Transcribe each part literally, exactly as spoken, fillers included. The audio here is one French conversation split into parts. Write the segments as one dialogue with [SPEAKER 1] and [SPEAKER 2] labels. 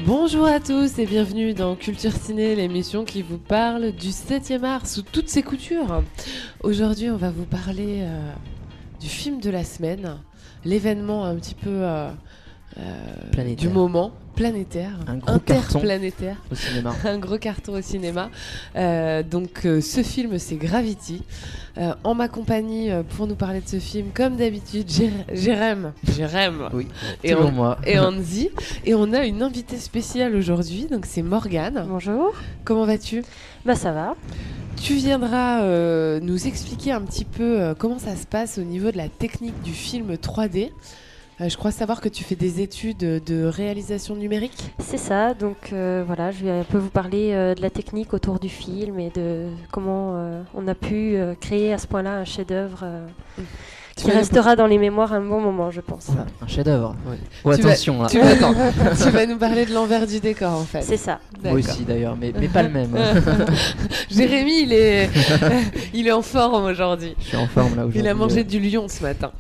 [SPEAKER 1] Bonjour à tous et bienvenue dans Culture Ciné, l'émission qui vous parle du septième art sous toutes ses coutures. Aujourd'hui, on va vous parler euh, du film de la semaine, l'événement un petit peu euh, euh, du moment, planétaire,
[SPEAKER 2] un gros
[SPEAKER 1] interplanétaire,
[SPEAKER 2] au cinéma.
[SPEAKER 1] un gros carton au cinéma. Euh, donc euh, ce film, c'est Gravity. Euh, en ma compagnie, euh, pour nous parler de ce film, comme d'habitude, Jérém, Jérém,
[SPEAKER 2] oui,
[SPEAKER 1] et,
[SPEAKER 2] on, moi.
[SPEAKER 1] et Anzi. Et on a une invitée spéciale aujourd'hui, donc c'est Morgane.
[SPEAKER 3] Bonjour.
[SPEAKER 1] Comment vas-tu ?
[SPEAKER 3] Bah ça va.
[SPEAKER 1] Tu viendras euh, nous expliquer un petit peu euh, comment ça se passe au niveau de la technique du film trois D. Euh, je crois savoir que tu fais des études de réalisation numérique.
[SPEAKER 3] C'est ça, donc euh, voilà, je vais un peu vous parler euh, de la technique autour du film et de comment euh, on a pu euh, créer à ce point-là un chef-d'œuvre euh, mmh. qui restera nous... dans les mémoires un bon moment, je pense.
[SPEAKER 2] Ouais, un chef-d'œuvre. Ouais.
[SPEAKER 1] Oh,
[SPEAKER 2] attention,
[SPEAKER 1] vas,
[SPEAKER 2] là.
[SPEAKER 1] Tu, vas, tu vas nous parler de l'envers du décor, en fait.
[SPEAKER 3] C'est ça.
[SPEAKER 2] Moi aussi, d'ailleurs, mais, mais pas le même.
[SPEAKER 1] Jérémy, il est, il est en forme aujourd'hui.
[SPEAKER 2] Je suis en forme là aujourd'hui.
[SPEAKER 1] Il a mangé du lion ce matin.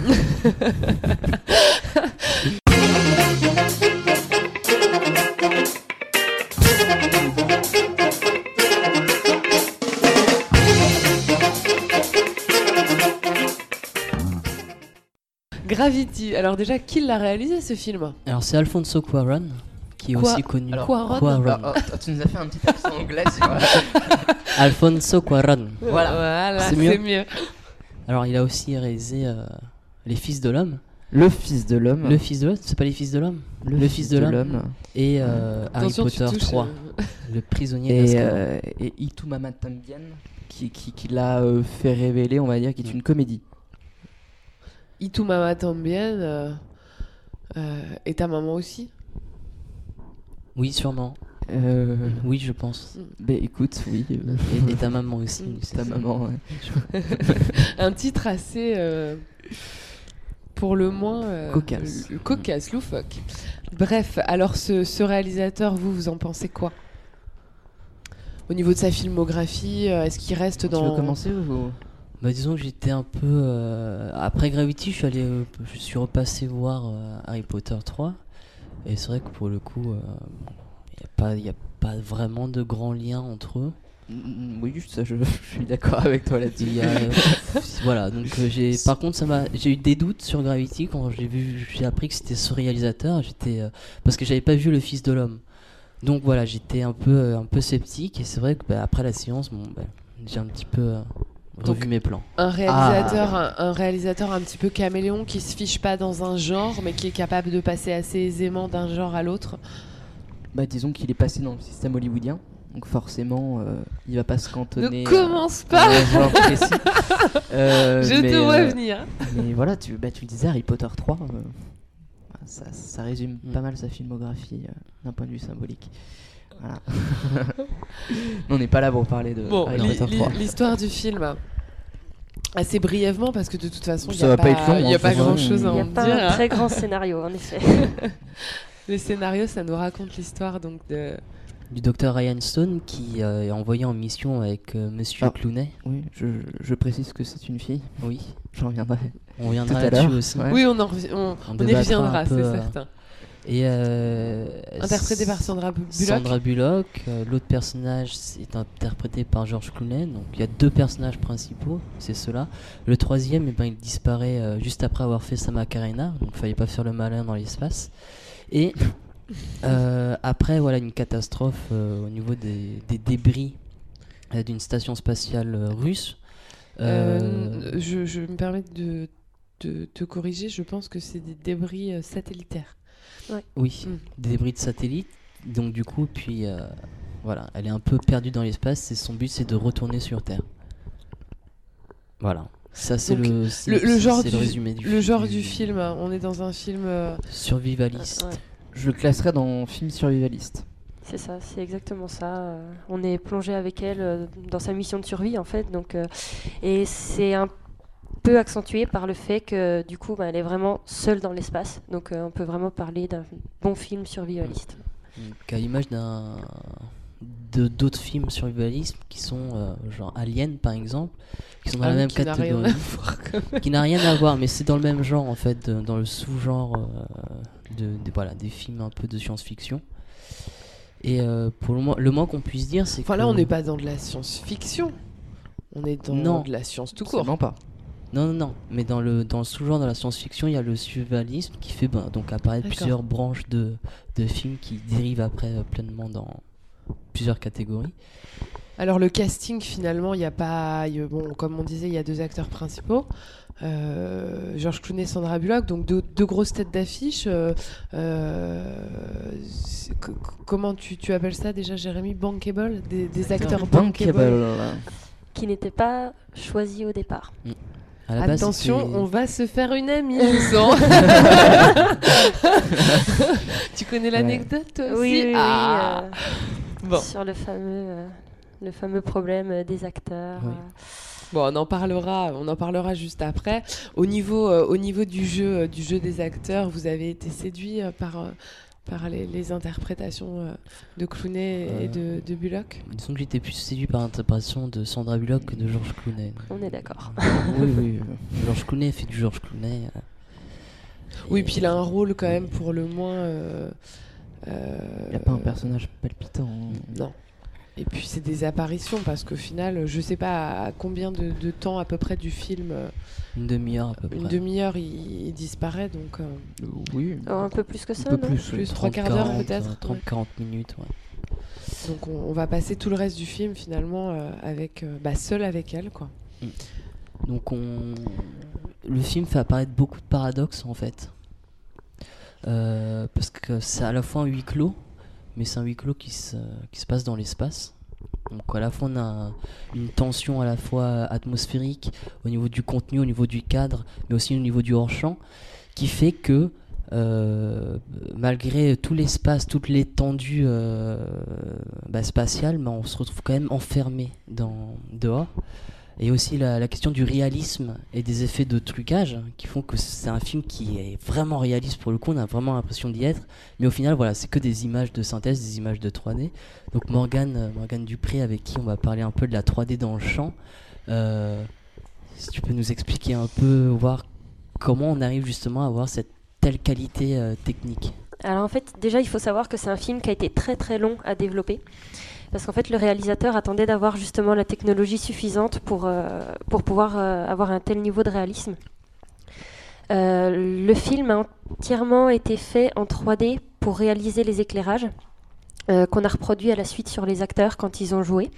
[SPEAKER 1] Gravity. Alors déjà, qui l'a réalisé ce film ?
[SPEAKER 4] Alors c'est Alfonso Cuarón, qui est
[SPEAKER 1] Quoi
[SPEAKER 4] aussi connu.
[SPEAKER 1] Alors, Cuarón.
[SPEAKER 4] Cuarón.
[SPEAKER 2] Oh, oh, tu nous as fait un petit accent anglais, tu vois.
[SPEAKER 4] Alfonso Cuarón.
[SPEAKER 1] Voilà, voilà
[SPEAKER 4] c'est, mieux.
[SPEAKER 1] c'est mieux.
[SPEAKER 4] Alors il a aussi réalisé euh, Les Fils de l'Homme.
[SPEAKER 2] Le Fils de l'Homme.
[SPEAKER 4] Le Fils de l'Homme, c'est pas Les Fils de l'Homme.
[SPEAKER 2] Le,
[SPEAKER 4] Le
[SPEAKER 2] Fils,
[SPEAKER 4] fils
[SPEAKER 2] de,
[SPEAKER 4] de
[SPEAKER 2] l'homme.
[SPEAKER 4] l'homme. Et euh, Harry Potter trois, euh... Le Prisonnier d'Azkaban.
[SPEAKER 2] Et, euh, et Itu Mama Tambien, qui, qui, qui l'a euh, fait révéler, on va dire, qui est une comédie.
[SPEAKER 1] Itu Mama Tambien euh, euh, et ta maman aussi ?
[SPEAKER 4] Oui, sûrement.
[SPEAKER 2] Euh...
[SPEAKER 4] Oui, je pense.
[SPEAKER 2] Bah écoute, oui. Euh...
[SPEAKER 4] Et, et ta maman aussi.
[SPEAKER 2] Ta maman, ouais.
[SPEAKER 1] Un titre assez, euh, pour le moins, euh,
[SPEAKER 2] cocasse.
[SPEAKER 1] Le, cocasse, loufoque. Bref, alors ce, ce réalisateur, vous, vous en pensez quoi ? Au niveau de sa filmographie, euh, est-ce qu'il reste dans...
[SPEAKER 2] Tu veux commencer ou...
[SPEAKER 4] Bah disons que j'étais un peu euh, après Gravity, je suis allé, euh, je suis repassé voir euh, Harry Potter trois, et c'est vrai que pour le coup, il euh, y a pas, il y a pas vraiment de grands liens entre eux.
[SPEAKER 2] Mmh, oui, ça, je, je suis d'accord avec toi là-dessus.
[SPEAKER 4] Euh, voilà, donc euh, j'ai, par contre, ça m'a, j'ai eu des doutes sur Gravity quand j'ai vu, j'ai appris que c'était ce réalisateur, j'étais, euh, parce que j'avais pas vu Le Fils de l'Homme, donc voilà, j'étais un peu, euh, un peu sceptique, et c'est vrai que bah, après la séance, bon, bah, j'ai un petit peu euh,
[SPEAKER 1] Donc,
[SPEAKER 4] revu mes plans.
[SPEAKER 1] Un réalisateur, ah. un, un réalisateur un petit peu caméléon qui se fiche pas dans un genre, mais qui est capable de passer assez aisément d'un genre à l'autre.
[SPEAKER 2] Bah, disons qu'il est passé dans le système hollywoodien, donc forcément, euh, il va pas se cantonner.
[SPEAKER 1] Ne commence pas.
[SPEAKER 2] À un genre précis. euh,
[SPEAKER 1] Je
[SPEAKER 2] mais,
[SPEAKER 1] te vois
[SPEAKER 2] euh,
[SPEAKER 1] venir.
[SPEAKER 2] Mais voilà, tu, bah, tu le disais, Harry Potter trois, euh, ça, ça résume mm. pas mal sa filmographie euh, d'un point de vue symbolique. Voilà. On n'est pas là pour parler de
[SPEAKER 1] bon,
[SPEAKER 2] Harry
[SPEAKER 1] li-
[SPEAKER 2] Potter trois.
[SPEAKER 1] Li- l'histoire du film, assez brièvement, parce que de toute façon, il n'y
[SPEAKER 2] a
[SPEAKER 1] pas,
[SPEAKER 2] pas,
[SPEAKER 1] y a pas grand chose à en dire.
[SPEAKER 3] Il n'y a pas un très grand scénario, en effet.
[SPEAKER 1] Le scénario, ça nous raconte l'histoire donc de...
[SPEAKER 4] du docteur Ryan Stone qui euh, est envoyé en mission avec euh, Monsieur
[SPEAKER 2] ah,
[SPEAKER 4] Clooney.
[SPEAKER 2] Oui, je, je précise que c'est une fille.
[SPEAKER 4] Oui,
[SPEAKER 2] j'en reviendrai.
[SPEAKER 4] On reviendra
[SPEAKER 2] tout à
[SPEAKER 4] là-dessus
[SPEAKER 2] l'heure.
[SPEAKER 4] aussi.
[SPEAKER 1] Ouais. Oui, on, en rev- on, on, on y reviendra, c'est euh, certain.
[SPEAKER 4] Et euh,
[SPEAKER 1] interprété par Sandra Bullock.
[SPEAKER 4] Sandra Bullock. Euh, l'autre personnage est interprété par George Clooney. Donc il y a deux personnages principaux, c'est ceux-là. Le troisième, eh ben, il disparaît euh, juste après avoir fait sa Macarena. Donc il fallait pas faire le malin dans l'espace. Et euh, après, voilà, une catastrophe euh, au niveau des, des débris euh, d'une station spatiale euh, russe.
[SPEAKER 1] Euh, euh, je, je me permets de te corriger. Je pense que c'est des débris euh, satellitaires.
[SPEAKER 4] Ouais. Oui, mmh. Des débris de satellite. Donc du coup, puis euh, voilà, elle est un peu perdue dans l'espace et son but c'est de retourner sur Terre. Voilà. Ça c'est,
[SPEAKER 1] donc,
[SPEAKER 4] le, c'est,
[SPEAKER 1] le, le, genre
[SPEAKER 4] c'est
[SPEAKER 1] du,
[SPEAKER 4] le résumé du
[SPEAKER 1] le
[SPEAKER 4] film.
[SPEAKER 1] genre du film, on est dans un film euh...
[SPEAKER 4] survivaliste.
[SPEAKER 1] Ouais.
[SPEAKER 2] Je le classerais dans film survivaliste.
[SPEAKER 3] C'est ça, c'est exactement ça. Euh, on est plongé avec elle euh, dans sa mission de survie en fait, donc euh, et c'est un peu accentué par le fait que du coup bah, elle est vraiment seule dans l'espace, donc euh, on peut vraiment parler d'un bon film survivaliste.
[SPEAKER 4] Donc, à l'image d'un de, d'autres films survivalisme qui sont euh, genre Alien par exemple, qui sont dans
[SPEAKER 1] Ah
[SPEAKER 4] la
[SPEAKER 1] oui,
[SPEAKER 4] même
[SPEAKER 1] qui n'a rien
[SPEAKER 4] catégorie,
[SPEAKER 1] à voir, quand même.
[SPEAKER 4] qui n'a rien à voir, mais c'est dans le même genre en fait, de- dans le sous-genre euh, de, de- voilà, des films un peu de science-fiction. Et euh, pour le moins, le moins qu'on puisse dire, c'est
[SPEAKER 1] Enfin
[SPEAKER 4] que
[SPEAKER 1] là, on n'est pas dans de la science-fiction. On est dans
[SPEAKER 4] Non.
[SPEAKER 1] de la science tout court.
[SPEAKER 2] Absolument pas.
[SPEAKER 4] non, non, non, mais dans le, dans le sous-genre de la science-fiction, il y a le survivalisme qui fait ben, donc apparaître
[SPEAKER 1] D'accord.
[SPEAKER 4] plusieurs branches de, de films qui dérivent après euh, pleinement dans plusieurs catégories.
[SPEAKER 1] Alors le casting, finalement, il y a pas... il y a- bon, comme on disait, il y a deux acteurs principaux. Euh, George Clooney, Sandra Bullock, donc deux, deux grosses têtes d'affiche. Euh, euh, c'est- c- comment tu, tu appelles ça déjà, Jérémy? Bankable? Des, des acteurs bankable.
[SPEAKER 2] Bankable.
[SPEAKER 3] Qui n'était pas choisi au départ.
[SPEAKER 4] À la base,
[SPEAKER 1] Attention,
[SPEAKER 4] c'était-
[SPEAKER 1] on va se faire une amie, je sens. Tu connais l'anecdote, toi aussi?
[SPEAKER 3] Oui, oui, oui,
[SPEAKER 1] Ah.
[SPEAKER 3] euh,
[SPEAKER 1] Bon.
[SPEAKER 3] sur le fameux, euh, le fameux problème euh, des acteurs.
[SPEAKER 4] Oui.
[SPEAKER 3] euh.
[SPEAKER 1] Bon, on en parlera, on en parlera juste après. Au niveau, euh, au niveau du jeu, euh, du jeu des acteurs, vous avez été séduit euh, par, euh, par les, les interprétations euh, de Clooney et de, de Bullock.
[SPEAKER 4] Disons que j'étais plus séduit par l'interprétation de Sandra Bullock que de George Clooney.
[SPEAKER 3] On est d'accord.
[SPEAKER 2] Oui, oui.
[SPEAKER 4] George Clooney fait du George Clooney. euh,
[SPEAKER 1] Oui,
[SPEAKER 4] et-
[SPEAKER 1] puis il a un rôle quand même pour le moins. euh, euh,
[SPEAKER 2] Il n'y a pas un personnage palpitant. hein.
[SPEAKER 1] Non. Et puis c'est des apparitions parce qu'au final, je sais pas à combien de, de temps à peu près du film, euh,
[SPEAKER 4] Une demi-heure à peu près.
[SPEAKER 1] une demi-heure, il, il disparaît. Donc, euh,
[SPEAKER 2] Euh, Oui.
[SPEAKER 3] Oh, un peu plus que
[SPEAKER 2] Un
[SPEAKER 3] ça,
[SPEAKER 2] peu
[SPEAKER 3] non
[SPEAKER 2] plus. oui.
[SPEAKER 1] plus trois quarts d'heure
[SPEAKER 4] quarante,
[SPEAKER 1] peut-être.
[SPEAKER 4] euh, trente quarante minutes, ouais.
[SPEAKER 1] Donc on, on va passer tout le reste du film finalement euh, avec, euh, bah, seul avec elle, quoi.
[SPEAKER 4] Donc on... le film fait apparaître beaucoup de paradoxes en fait. Euh, parce que c'est à la fois un huis clos, mais c'est un huis clos qui se, qui se passe dans l'espace. Donc à la fois on a une tension à la fois atmosphérique au niveau du contenu, au niveau du cadre, mais aussi au niveau du hors-champ, qui fait que euh, malgré tout l'espace, toute l'étendue euh, bah, spatiale, bah, on se retrouve quand même enfermé dans, dehors. Et aussi la, la question du réalisme et des effets de trucage qui font que c'est un film qui est vraiment réaliste pour le coup, on a vraiment l'impression d'y être, mais au final voilà, c'est que des images de synthèse, des images de trois D. Donc Morgane, euh, Morgane Dupré, avec qui on va parler un peu de la trois D dans le champ, euh, si tu peux nous expliquer un peu, voir comment on arrive justement à avoir cette telle qualité euh, technique.
[SPEAKER 3] Alors en fait, déjà, il faut savoir que c'est un film qui a été très très long à développer. Parce qu'en fait, le réalisateur attendait d'avoir justement la technologie suffisante pour, euh, pour pouvoir euh, avoir un tel niveau de réalisme. Euh, le film a entièrement été fait en trois D pour réaliser les éclairages euh, qu'on a reproduits à la suite sur les acteurs quand ils ont joué.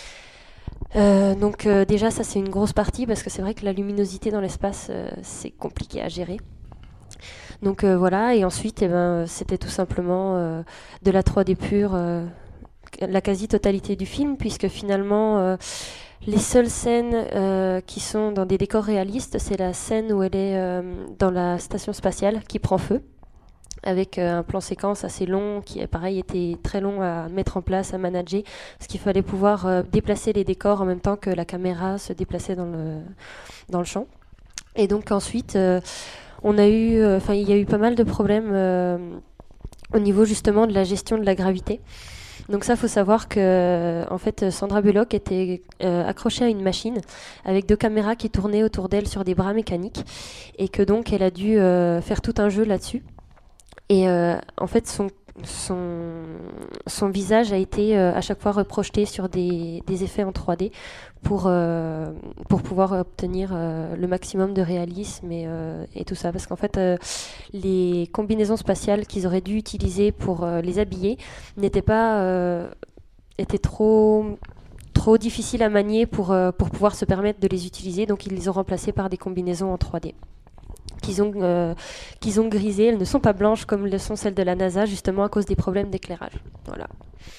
[SPEAKER 3] Euh, donc euh, déjà, ça c'est une grosse partie parce que c'est vrai que la luminosité dans l'espace, euh, c'est compliqué à gérer. Donc euh, voilà, et ensuite, eh ben, c'était tout simplement euh, de la trois D pure. Euh, la quasi-totalité du film, puisque finalement euh, les seules scènes euh, qui sont dans des décors réalistes, c'est la scène où elle est euh, dans la station spatiale qui prend feu, avec euh, un plan séquence assez long, qui est pareil, était très long à mettre en place, à manager, parce qu'il fallait pouvoir euh, déplacer les décors en même temps que la caméra se déplaçait dans le, dans le champ. Et donc ensuite, euh, on a eu, enfin euh, il y a eu pas mal de problèmes euh, au niveau justement de la gestion de la gravité. Donc ça, faut savoir que en fait, Sandra Bullock était euh, accrochée à une machine avec deux caméras qui tournaient autour d'elle sur des bras mécaniques et que donc elle a dû euh, faire tout un jeu là-dessus. Et euh, en fait, son, son, son visage a été euh, à chaque fois reprojeté sur des, des effets en trois D pour, euh, pour pouvoir obtenir euh, le maximum de réalisme et, euh, et tout ça. Parce qu'en fait, euh, les combinaisons spatiales qu'ils auraient dû utiliser pour euh, les habiller n'étaient pas... Euh, étaient trop... trop difficiles à manier pour, euh, pour pouvoir se permettre de les utiliser. Donc ils les ont remplacées par des combinaisons en trois D. Qu'ils ont, euh, qu'ils ont grisées. Elles ne sont pas blanches comme le sont celles de la NASA, justement à cause des problèmes d'éclairage. Voilà.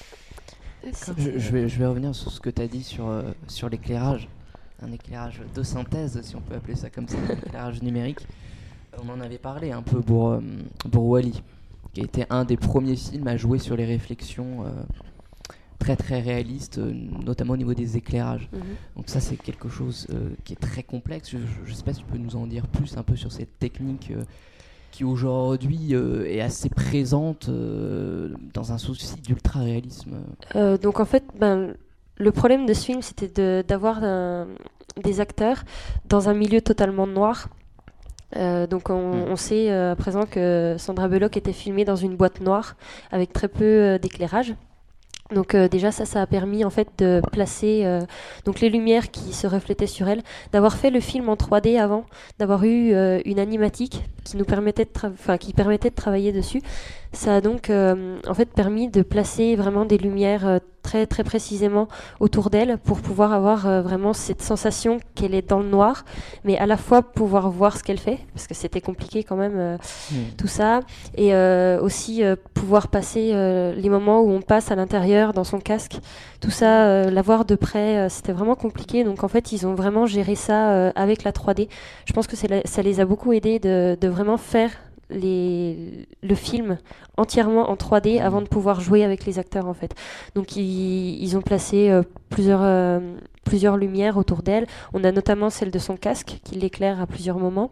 [SPEAKER 2] Je, je vais, je vais revenir sur ce que tu as dit sur, euh, sur l'éclairage. Un éclairage de synthèse, si on peut appeler ça comme ça, un éclairage numérique. On en avait parlé un peu pour, euh, pour Wall-E, qui a été un des premiers films à jouer sur les réflexions euh, très très réalistes, euh, notamment au niveau des éclairages.
[SPEAKER 3] Mm-hmm.
[SPEAKER 2] Donc ça, c'est quelque chose euh, qui est très complexe. Je ne sais pas si tu peux nous en dire plus un peu sur cette technique euh, qui aujourd'hui euh, est assez présente euh, dans un souci d'ultra-réalisme.
[SPEAKER 3] Euh, donc en fait, ben, le problème de ce film, c'était de, d'avoir un, des acteurs dans un milieu totalement noir. Euh, donc on,
[SPEAKER 2] Mm.
[SPEAKER 3] on sait euh, à présent que Sandra Bullock était filmée dans une boîte noire avec très peu euh, d'éclairage. Donc euh, déjà ça, ça a permis en fait de placer euh, donc les lumières qui se reflétaient sur elle, d'avoir fait le film en trois D avant, d'avoir eu euh, une animatique qui nous permettait de, tra- enfin, qui permettait de travailler dessus. Ça a donc euh, en fait permis de placer vraiment des lumières euh, très très précisément autour d'elle pour pouvoir avoir euh, vraiment cette sensation qu'elle est dans le noir, mais à la fois pouvoir voir ce qu'elle fait parce que c'était compliqué quand même euh,
[SPEAKER 2] Mm.
[SPEAKER 3] tout ça, et euh, aussi euh, pouvoir passer euh, les moments où on passe à l'intérieur dans son casque, tout ça, euh, l'avoir de près, euh, c'était vraiment compliqué. Donc en fait ils ont vraiment géré ça euh, avec la trois D. Je pense que c'est la- ça les a beaucoup aidés de, de vraiment faire les, le film entièrement en trois D avant de pouvoir jouer avec les acteurs en fait. Donc ils, ils ont placé euh, plusieurs, euh, plusieurs lumières autour d'elle. On a notamment celle de son casque qui l'éclaire à plusieurs moments.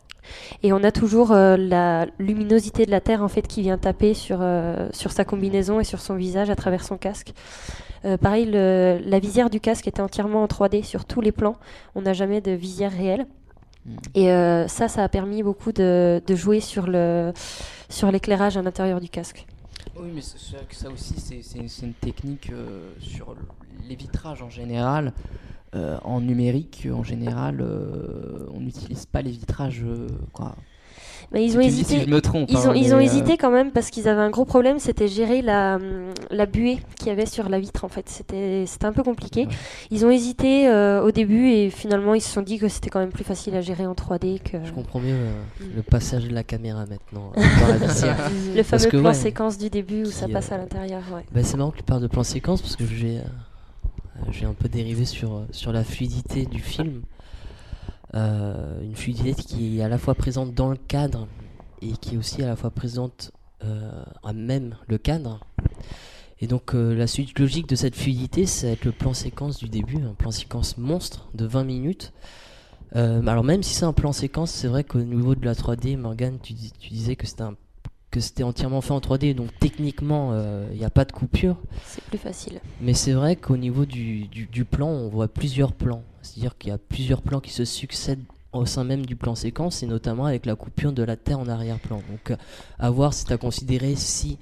[SPEAKER 3] Et on a toujours euh, la luminosité de la Terre en fait qui vient taper sur, euh, sur sa combinaison et sur son visage à travers son casque. Euh, pareil, le, la visière du casque était entièrement en trois D sur tous les plans. On n'a jamais de visière réelle.
[SPEAKER 2] Mm.
[SPEAKER 3] Et euh, ça, ça a permis beaucoup de, de jouer sur, le, sur l'éclairage à l'intérieur du casque.
[SPEAKER 2] Oui, mais c'est c'est vrai que ça aussi, c'est c'est une, c'est une technique euh, sur le- les vitrages en général. Euh, en numérique, en général, euh, on n'utilise pas les vitrages. euh, quoi.
[SPEAKER 3] Mais ils
[SPEAKER 2] Tu
[SPEAKER 3] ont
[SPEAKER 2] me dis
[SPEAKER 3] hésité.
[SPEAKER 2] si je me trompe.
[SPEAKER 3] Ils
[SPEAKER 2] hein,
[SPEAKER 3] ont, ils
[SPEAKER 2] mais,
[SPEAKER 3] ont
[SPEAKER 2] euh,
[SPEAKER 3] hésité quand même parce qu'ils avaient un gros problème, c'était gérer la, hum, la buée qu'il y avait sur la vitre en fait. C'était, c'était un peu compliqué.
[SPEAKER 2] Ouais.
[SPEAKER 3] Ils ont hésité euh, au début et finalement ils se sont dit que c'était quand même plus facile à gérer en trois D que
[SPEAKER 4] Je comprends mieux euh,
[SPEAKER 3] Mm.
[SPEAKER 4] le passage de la caméra maintenant euh, dans la visière.
[SPEAKER 3] le
[SPEAKER 4] Parce
[SPEAKER 3] fameux
[SPEAKER 4] que,
[SPEAKER 3] plan
[SPEAKER 4] ouais,
[SPEAKER 3] séquence du début où
[SPEAKER 4] qui,
[SPEAKER 3] ça passe
[SPEAKER 4] euh,
[SPEAKER 3] à l'intérieur. Ouais.
[SPEAKER 4] Bah, c'est marrant que tu parles de plan séquence parce que j'ai euh, j'ai un peu dérivé sur, euh, sur la fluidité du film. Euh, une fluidité qui est à la fois présente dans le cadre et qui est aussi à la fois présente euh, à même le cadre. Et donc euh, la suite logique de cette fluidité, c'est être le plan séquence du début, un plan séquence monstre de vingt minutes. Euh, alors même si c'est un plan séquence, c'est vrai qu'au niveau de la trois D, Morgane, tu, dis- tu disais que c'était un que c'était entièrement fait en trois D, donc techniquement il n'y a pas de coupure,
[SPEAKER 3] C'est plus facile.
[SPEAKER 4] mais c'est vrai qu'au niveau du, du, du plan, on voit plusieurs plans, c'est-à-dire qu'il y a plusieurs plans qui se succèdent au sein même du plan séquence, et notamment avec la coupure de la Terre en arrière-plan. Donc euh, à voir si tu as considéré si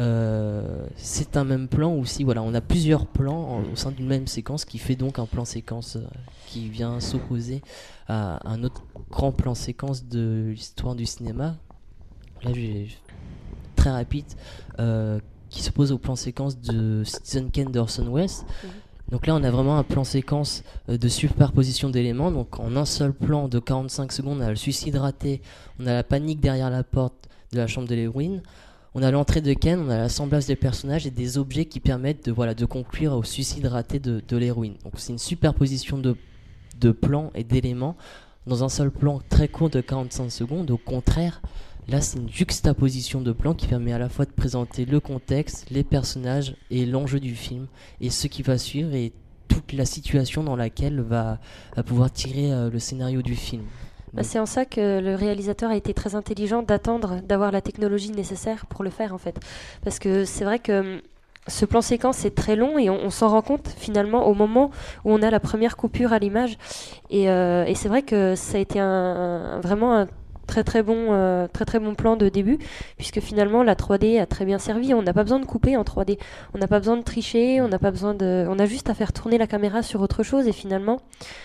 [SPEAKER 4] euh, c'est un même plan ou si voilà, on a plusieurs plans en- au sein d'une même séquence qui fait donc un plan séquence euh, qui vient s'opposer à un autre grand plan séquence de l'histoire du cinéma. Là, j'ai très rapide, euh, qui s'oppose au plan séquence de Citizen Kane d'Orson Welles.
[SPEAKER 3] Mhm.
[SPEAKER 4] Donc là, on a vraiment un plan séquence euh, de superposition d'éléments. Donc en un seul plan de quarante-cinq secondes, on a le suicide raté, on a la panique derrière la porte de la chambre de l'héroïne, on a l'entrée de Ken, on a l'assemblage des personnages et des objets qui permettent de, voilà, de conclure au suicide raté de, de l'héroïne. Donc c'est une superposition de, de plans et d'éléments dans un seul plan très court de quarante-cinq secondes. Au contraire, là, c'est une juxtaposition de plans qui permet à la fois de présenter le contexte, les personnages et l'enjeu du film, et ce qui va suivre et toute la situation dans laquelle va, va pouvoir tirer euh, le scénario du film.
[SPEAKER 3] Bah, c'est en ça que le réalisateur a été très intelligent d'attendre d'avoir la technologie nécessaire pour le faire en fait. Parce que c'est vrai que hum, ce plan séquence est très long et on, on s'en rend compte finalement au moment où on a la première coupure à l'image. Et, euh, et c'est vrai que ça a été un, un- vraiment un très très bon, euh, très très bon plan de début, puisque finalement la trois D a très bien servi. On n'a pas besoin de couper en trois D, on n'a pas besoin de tricher, on n'a pas besoin de, on a juste à faire tourner la caméra sur autre chose et finalement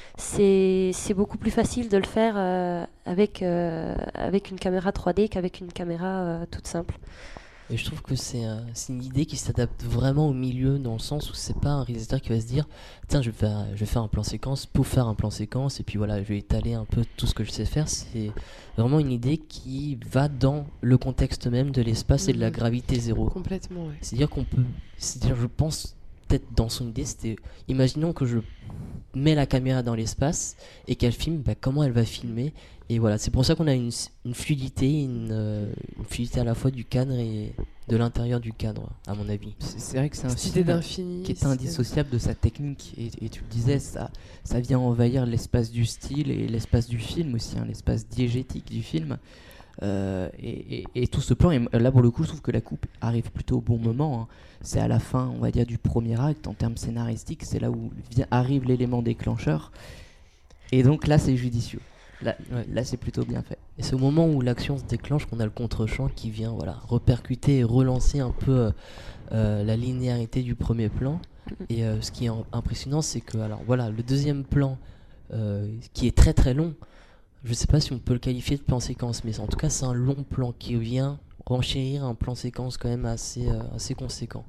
[SPEAKER 3] c'est c'est beaucoup plus facile de le faire euh, avec euh, avec une caméra trois D qu'avec une caméra euh, toute simple.
[SPEAKER 4] Et je trouve que c'est euh, c'est une idée qui s'adapte vraiment au milieu, dans le sens où c'est pas un réalisateur qui va se dire tiens, je vais faire, je vais faire un plan séquence pour faire un plan séquence et puis voilà, je vais étaler un peu tout ce que je sais faire. C'est vraiment une idée qui va dans le contexte même de l'espace et de la
[SPEAKER 1] Mhm.
[SPEAKER 4] gravité zéro.
[SPEAKER 1] Complètement, ouais.
[SPEAKER 4] C'est-à-dire qu'on peut. C'est-à-dire, je pense, peut-être dans son idée, c'était. Imaginons que je mets la caméra dans l'espace et qu'elle filme, bah, comment elle va filmer. Et voilà, c'est pour ça qu'on a une, une fluidité, une, euh, une fluidité à la fois du cadre et de l'intérieur du cadre, à mon avis.
[SPEAKER 2] C'est c'est vrai que c'est un
[SPEAKER 1] Cette idée
[SPEAKER 2] film
[SPEAKER 1] d'infini.
[SPEAKER 2] qui est
[SPEAKER 1] cette idée-
[SPEAKER 2] indissociable de sa technique. Et, et tu le disais, ça, ça vient envahir l'espace du style et l'espace du film aussi, hein, l'espace diégétique du film. Euh, et, et, et tout ce plan, et là pour le coup, je trouve que la coupe arrive plutôt au bon moment. Hein. C'est à la fin, on va dire, du premier acte en termes scénaristiques, c'est là où vient, arrive l'élément déclencheur. Et donc là, c'est judicieux. Là, ouais. là, c'est plutôt bien fait.
[SPEAKER 4] Et c'est au moment où l'action se déclenche qu'on a le contre-champ qui vient voilà, repercuter et relancer un peu euh, la linéarité du premier plan. Et euh, ce qui est impressionnant, c'est que alors, voilà, le deuxième plan, euh, qui est très très long, je ne sais pas si on peut le qualifier de plan séquence, mais en tout cas, c'est un long plan qui vient renchérir un plan séquence quand même assez, euh, assez conséquent.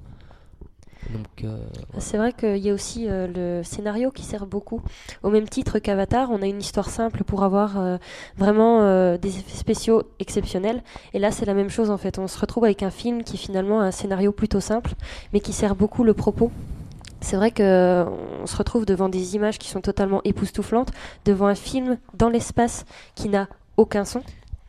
[SPEAKER 4] Donc, euh, ouais.
[SPEAKER 3] C'est vrai qu'il y a aussi euh, le scénario qui sert beaucoup. Au même titre qu'Avatar, on a une histoire simple pour avoir euh, vraiment euh, des effets spéciaux exceptionnels. Et là, c'est la même chose en fait. On se retrouve avec un film qui finalement a un scénario plutôt simple, mais qui sert beaucoup le propos. C'est vrai qu'on se retrouve devant des images qui sont totalement époustouflantes, devant un film dans l'espace qui n'a aucun son,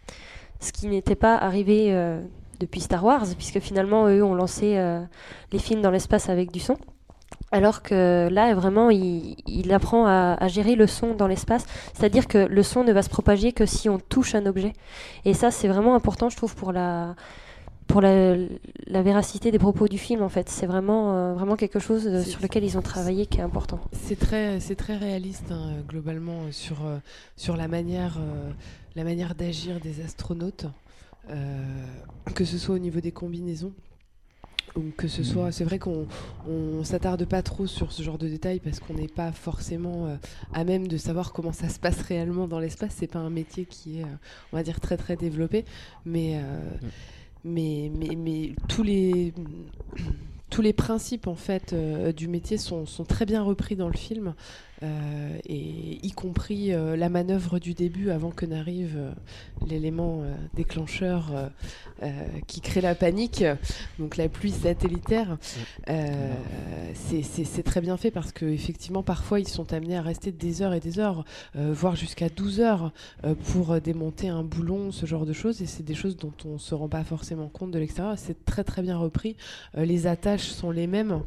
[SPEAKER 3] ce qui n'était pas arrivé euh, depuis Star Wars, puisque finalement, eux ont lancé euh, les films dans l'espace avec du son. Alors que là, vraiment, il, il apprend à, à gérer le son dans l'espace, c'est-à-dire que le son ne va se propager que si on touche un objet. Et ça, c'est vraiment important, je trouve, pour la... pour la, la véracité des propos du film, en fait. C'est vraiment, euh, vraiment quelque chose euh, sur lequel ils ont travaillé qui est important.
[SPEAKER 1] C'est très, c'est très réaliste, hein, globalement, euh, sur, euh, sur la manière, euh, la manière d'agir des astronautes, euh, que ce soit au niveau des combinaisons, ou que ce soit... C'est vrai qu'on on s'attarde pas trop sur ce genre de détails parce qu'on n'est pas forcément euh, à même de savoir comment ça se passe réellement dans l'espace. C'est pas un métier qui est, euh, on va dire, très très développé, mais... Euh, mm. Mais, mais, mais tous les, tous les principes en fait, euh, du métier sont, sont très bien repris dans le film, euh, et y compris euh, la manœuvre du début avant que n'arrive euh, l'élément euh, déclencheur euh, euh, qui crée la panique, donc la pluie satellitaire. Euh, c'est, c'est, c'est très bien fait parce qu'effectivement parfois ils sont amenés à rester des heures et des heures, euh, voire jusqu'à douze heures euh, pour démonter un boulon, ce genre de choses, et c'est des choses dont on ne se rend pas forcément compte de l'extérieur. C'est très très bien repris, euh, les attaches sont les mêmes,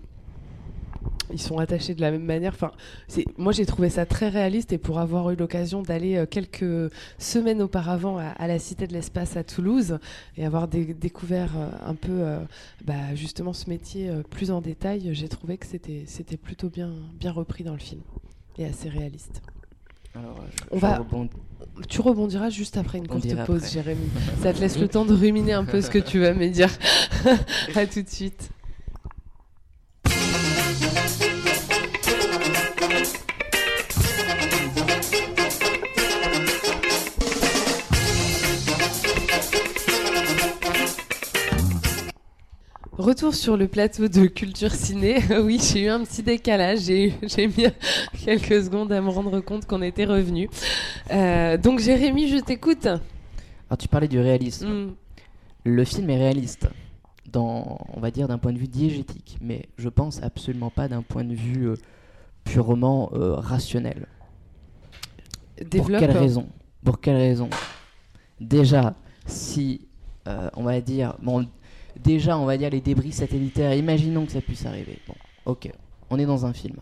[SPEAKER 1] ils sont attachés de la même manière. Enfin, c'est... Moi j'ai trouvé ça très réaliste, et pour avoir eu l'occasion d'aller euh, quelques semaines auparavant à, à la Cité de l'Espace à Toulouse et avoir dé- découvert euh, un peu euh, bah, justement ce métier euh, plus en détail, j'ai trouvé que c'était, c'était plutôt bien, bien repris dans le film et assez réaliste.
[SPEAKER 2] Alors, je,
[SPEAKER 1] On
[SPEAKER 2] je
[SPEAKER 1] va...
[SPEAKER 2] rebond...
[SPEAKER 1] Tu rebondiras juste après une courte pause,
[SPEAKER 2] après.
[SPEAKER 1] Jérémy. Ça te laisse le temps de ruminer un peu ce que tu vas me dire. À tout de suite. Retour sur le plateau de Culture Ciné. Oui, j'ai eu un petit décalage. J'ai, eu, j'ai mis quelques secondes à me rendre compte qu'on était revenu. Euh, donc, Jérémy, je t'écoute.
[SPEAKER 2] Alors, tu parlais du réalisme.
[SPEAKER 1] Mm.
[SPEAKER 2] Le film est réaliste, dans, on va dire d'un point de vue diégétique, mais je pense absolument pas d'un point de vue euh, purement euh, rationnel.
[SPEAKER 1] Développe.
[SPEAKER 2] Pour quelle raison Pour quelle raison Déjà, si euh, on va dire... Bon, Déjà, on va dire les débris satellitaires, imaginons que ça puisse arriver. Bon, ok, on est dans un film.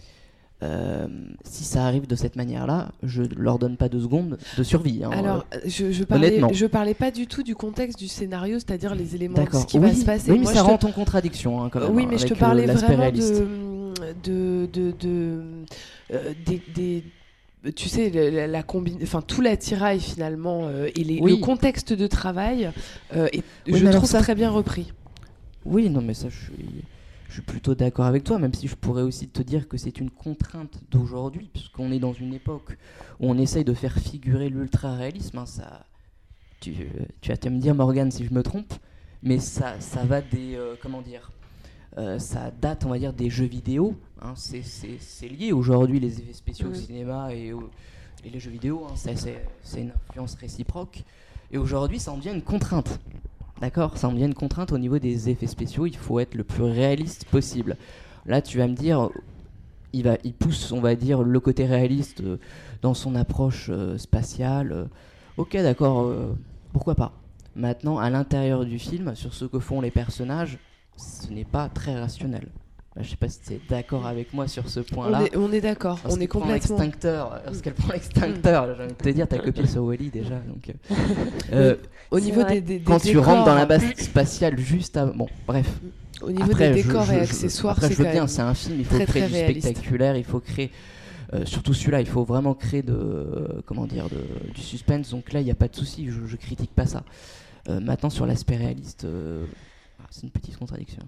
[SPEAKER 2] Euh, si ça arrive de cette manière-là, je leur donne pas deux secondes de survie. Hein,
[SPEAKER 1] Alors,
[SPEAKER 2] euh,
[SPEAKER 1] je, je, parlais, je parlais pas du tout du contexte du scénario, c'est-à-dire les éléments
[SPEAKER 2] D'accord.
[SPEAKER 1] de ce qui
[SPEAKER 2] oui,
[SPEAKER 1] va se passer.
[SPEAKER 2] Oui, mais
[SPEAKER 1] Moi,
[SPEAKER 2] ça
[SPEAKER 1] je
[SPEAKER 2] rentre
[SPEAKER 1] te...
[SPEAKER 2] en contradiction hein, quand même.
[SPEAKER 1] Oui, mais
[SPEAKER 2] avec,
[SPEAKER 1] je te parlais
[SPEAKER 2] euh,
[SPEAKER 1] vraiment
[SPEAKER 2] réaliste.
[SPEAKER 1] de, de, de, de euh, des, des tu sais, la, la combine, enfin tout l'attirail finalement euh, et les,
[SPEAKER 2] oui.
[SPEAKER 1] le contexte de travail, euh, et
[SPEAKER 2] oui,
[SPEAKER 1] je trouve
[SPEAKER 2] ça...
[SPEAKER 1] très bien repris.
[SPEAKER 2] Oui, non, mais ça, je suis, je suis plutôt d'accord avec toi, même si je pourrais aussi te dire que c'est une contrainte d'aujourd'hui, puisqu'on est dans une époque où on essaye de faire figurer l'ultra-réalisme. Hein, ça, tu, tu vas te me dire, Morgane, si je me trompe, mais ça, ça va des, euh, comment dire, euh, ça date, on va dire, des jeux vidéo. Hein, c'est, c'est, c'est lié aujourd'hui, les effets spéciaux mmh. au cinéma et, au, et les jeux vidéo. Hein, c'est, c'est, c'est une influence réciproque. Et aujourd'hui, ça en devient une contrainte. D'accord, ça en devient une contrainte au niveau des effets spéciaux. Il faut être le plus réaliste possible. Là, tu vas me dire, il, va, il pousse, on va dire, le côté réaliste euh, dans son approche euh, spatiale. Euh, ok, d'accord, euh, pourquoi pas. Maintenant, à l'intérieur du film, sur ce que font les personnages, ce n'est pas très rationnel. je sais pas si tu es d'accord avec moi sur ce
[SPEAKER 1] On
[SPEAKER 2] point-là.
[SPEAKER 1] est, on est d'accord, on est complètement.
[SPEAKER 2] L'extincteur, lorsqu'elle prend l'extincteur, j'ai envie de te dire, t'as copié sur Wall-E déjà. Donc, euh, euh,
[SPEAKER 1] Au niveau des, des, des
[SPEAKER 2] quand
[SPEAKER 1] décors,
[SPEAKER 2] tu rentres dans la base spatiale juste avant. Bon, bref.
[SPEAKER 1] Au niveau
[SPEAKER 2] après,
[SPEAKER 1] des décors
[SPEAKER 2] je,
[SPEAKER 1] et
[SPEAKER 2] je,
[SPEAKER 1] accessoires,
[SPEAKER 2] après,
[SPEAKER 1] c'est
[SPEAKER 2] je veux
[SPEAKER 1] quand
[SPEAKER 2] bien,
[SPEAKER 1] même
[SPEAKER 2] c'est un film, il faut
[SPEAKER 1] très,
[SPEAKER 2] créer
[SPEAKER 1] très
[SPEAKER 2] du
[SPEAKER 1] réaliste.
[SPEAKER 2] spectaculaire, il faut créer. Euh, surtout celui-là, il faut vraiment créer de, euh, comment dire, de, du suspense. Donc là, il n'y a pas de souci, je, je critique pas ça. Euh, maintenant, sur l'aspect réaliste, euh, c'est une petite contradiction.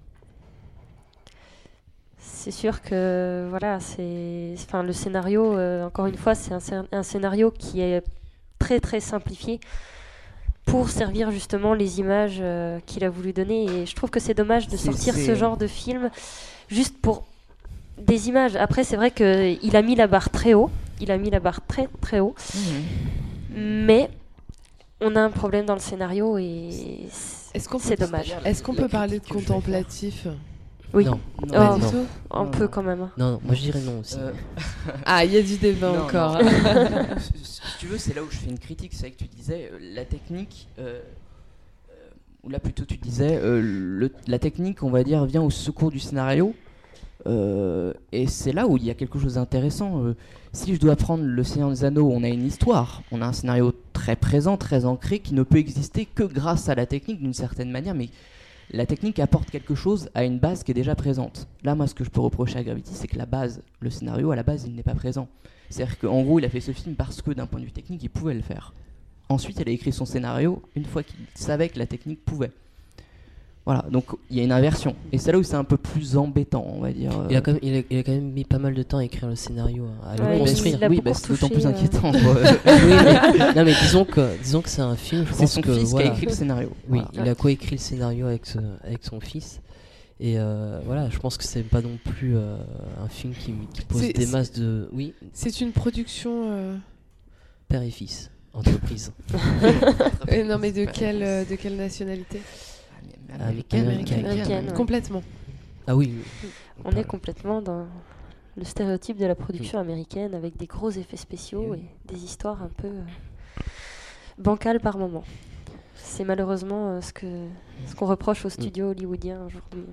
[SPEAKER 3] C'est sûr que voilà, c'est, enfin le scénario, euh, encore une fois, c'est un, un scénario qui est très très simplifié pour servir justement les images euh, qu'il a voulu donner. Et je trouve que c'est dommage de
[SPEAKER 2] C'est-
[SPEAKER 3] sortir
[SPEAKER 2] c'est-
[SPEAKER 3] ce genre de film juste pour des images. Après, c'est vrai qu'il a mis la barre très haut. Il a mis la barre très très haut.
[SPEAKER 2] Mmh.
[SPEAKER 3] Mais on a un problème dans le scénario et
[SPEAKER 1] Est-ce qu'on
[SPEAKER 3] c'est
[SPEAKER 1] peut,
[SPEAKER 3] dommage.
[SPEAKER 1] est-ce qu'on
[SPEAKER 2] La
[SPEAKER 1] peut parler de
[SPEAKER 2] critique que je vais
[SPEAKER 1] contemplatif?
[SPEAKER 3] Oui,
[SPEAKER 4] Non,
[SPEAKER 2] Non,
[SPEAKER 1] Pas
[SPEAKER 3] Oh.
[SPEAKER 1] du
[SPEAKER 4] non.
[SPEAKER 1] tout.
[SPEAKER 3] un
[SPEAKER 2] Non,
[SPEAKER 3] peu
[SPEAKER 2] non.
[SPEAKER 3] quand même.
[SPEAKER 4] non, non, moi je dirais non aussi.
[SPEAKER 2] Euh,
[SPEAKER 1] Ah, il y a du débat
[SPEAKER 2] Non,
[SPEAKER 1] encore.
[SPEAKER 2] non. Si tu veux, c'est là où je fais une critique. C'est vrai que tu disais euh, la technique, euh, euh, ou là plutôt tu disais euh, le- la technique, on va dire, vient au secours du scénario. Euh, et c'est là où il y a quelque chose d'intéressant. Euh, si je dois prendre Le Seigneur des Anneaux, on a une histoire, on a un scénario très présent, très ancré, qui ne peut exister que grâce à la technique d'une certaine manière, mais la technique apporte quelque chose à une base qui est déjà présente. Là, moi, ce que je peux reprocher à Gravity, c'est que la base, le scénario, à la base, il n'est pas présent. C'est-à-dire qu'en gros, il a fait ce film parce que d'un point de vue technique, il pouvait le faire. Ensuite, il a écrit son scénario une fois qu'il savait que la technique pouvait. Voilà, donc il y a une inversion. Et c'est là où c'est un peu plus embêtant, on va dire.
[SPEAKER 4] Il a, quand même, il, a, il a quand même mis pas mal de temps à écrire le scénario, à le
[SPEAKER 3] Ouais,
[SPEAKER 4] construire.
[SPEAKER 3] il a
[SPEAKER 2] oui,
[SPEAKER 3] beaucoup
[SPEAKER 2] bah, c'est d'autant
[SPEAKER 3] retouché,
[SPEAKER 2] plus
[SPEAKER 3] euh.
[SPEAKER 2] inquiétant. quoi.
[SPEAKER 4] Oui, mais, non, mais disons que, disons que c'est un film, je
[SPEAKER 2] C'est
[SPEAKER 4] pense
[SPEAKER 2] son
[SPEAKER 4] que
[SPEAKER 2] fils
[SPEAKER 4] voilà.
[SPEAKER 2] qui a écrit le scénario.
[SPEAKER 4] Oui,
[SPEAKER 2] Voilà.
[SPEAKER 4] il a coécrit le scénario avec, ce- avec son fils. Et euh, voilà, je pense que c'est pas non plus euh, un film qui, qui pose
[SPEAKER 1] C'est-
[SPEAKER 4] des
[SPEAKER 1] c'est-
[SPEAKER 4] masses de. Oui,
[SPEAKER 1] C'est une production. euh,
[SPEAKER 4] père et fils, entreprise.
[SPEAKER 1] euh, non, mais de quelle, euh, de quelle nationalité?
[SPEAKER 2] Américaine,
[SPEAKER 4] Américaine.
[SPEAKER 3] Américaine, ouais.
[SPEAKER 1] Complètement.
[SPEAKER 4] Ah oui,
[SPEAKER 3] On est complètement dans le stéréotype de la production américaine avec des gros effets spéciaux et des histoires un peu euh, bancales par moment. C'est malheureusement euh, ce que ce qu'on reproche aux studios hollywoodiens aujourd'hui.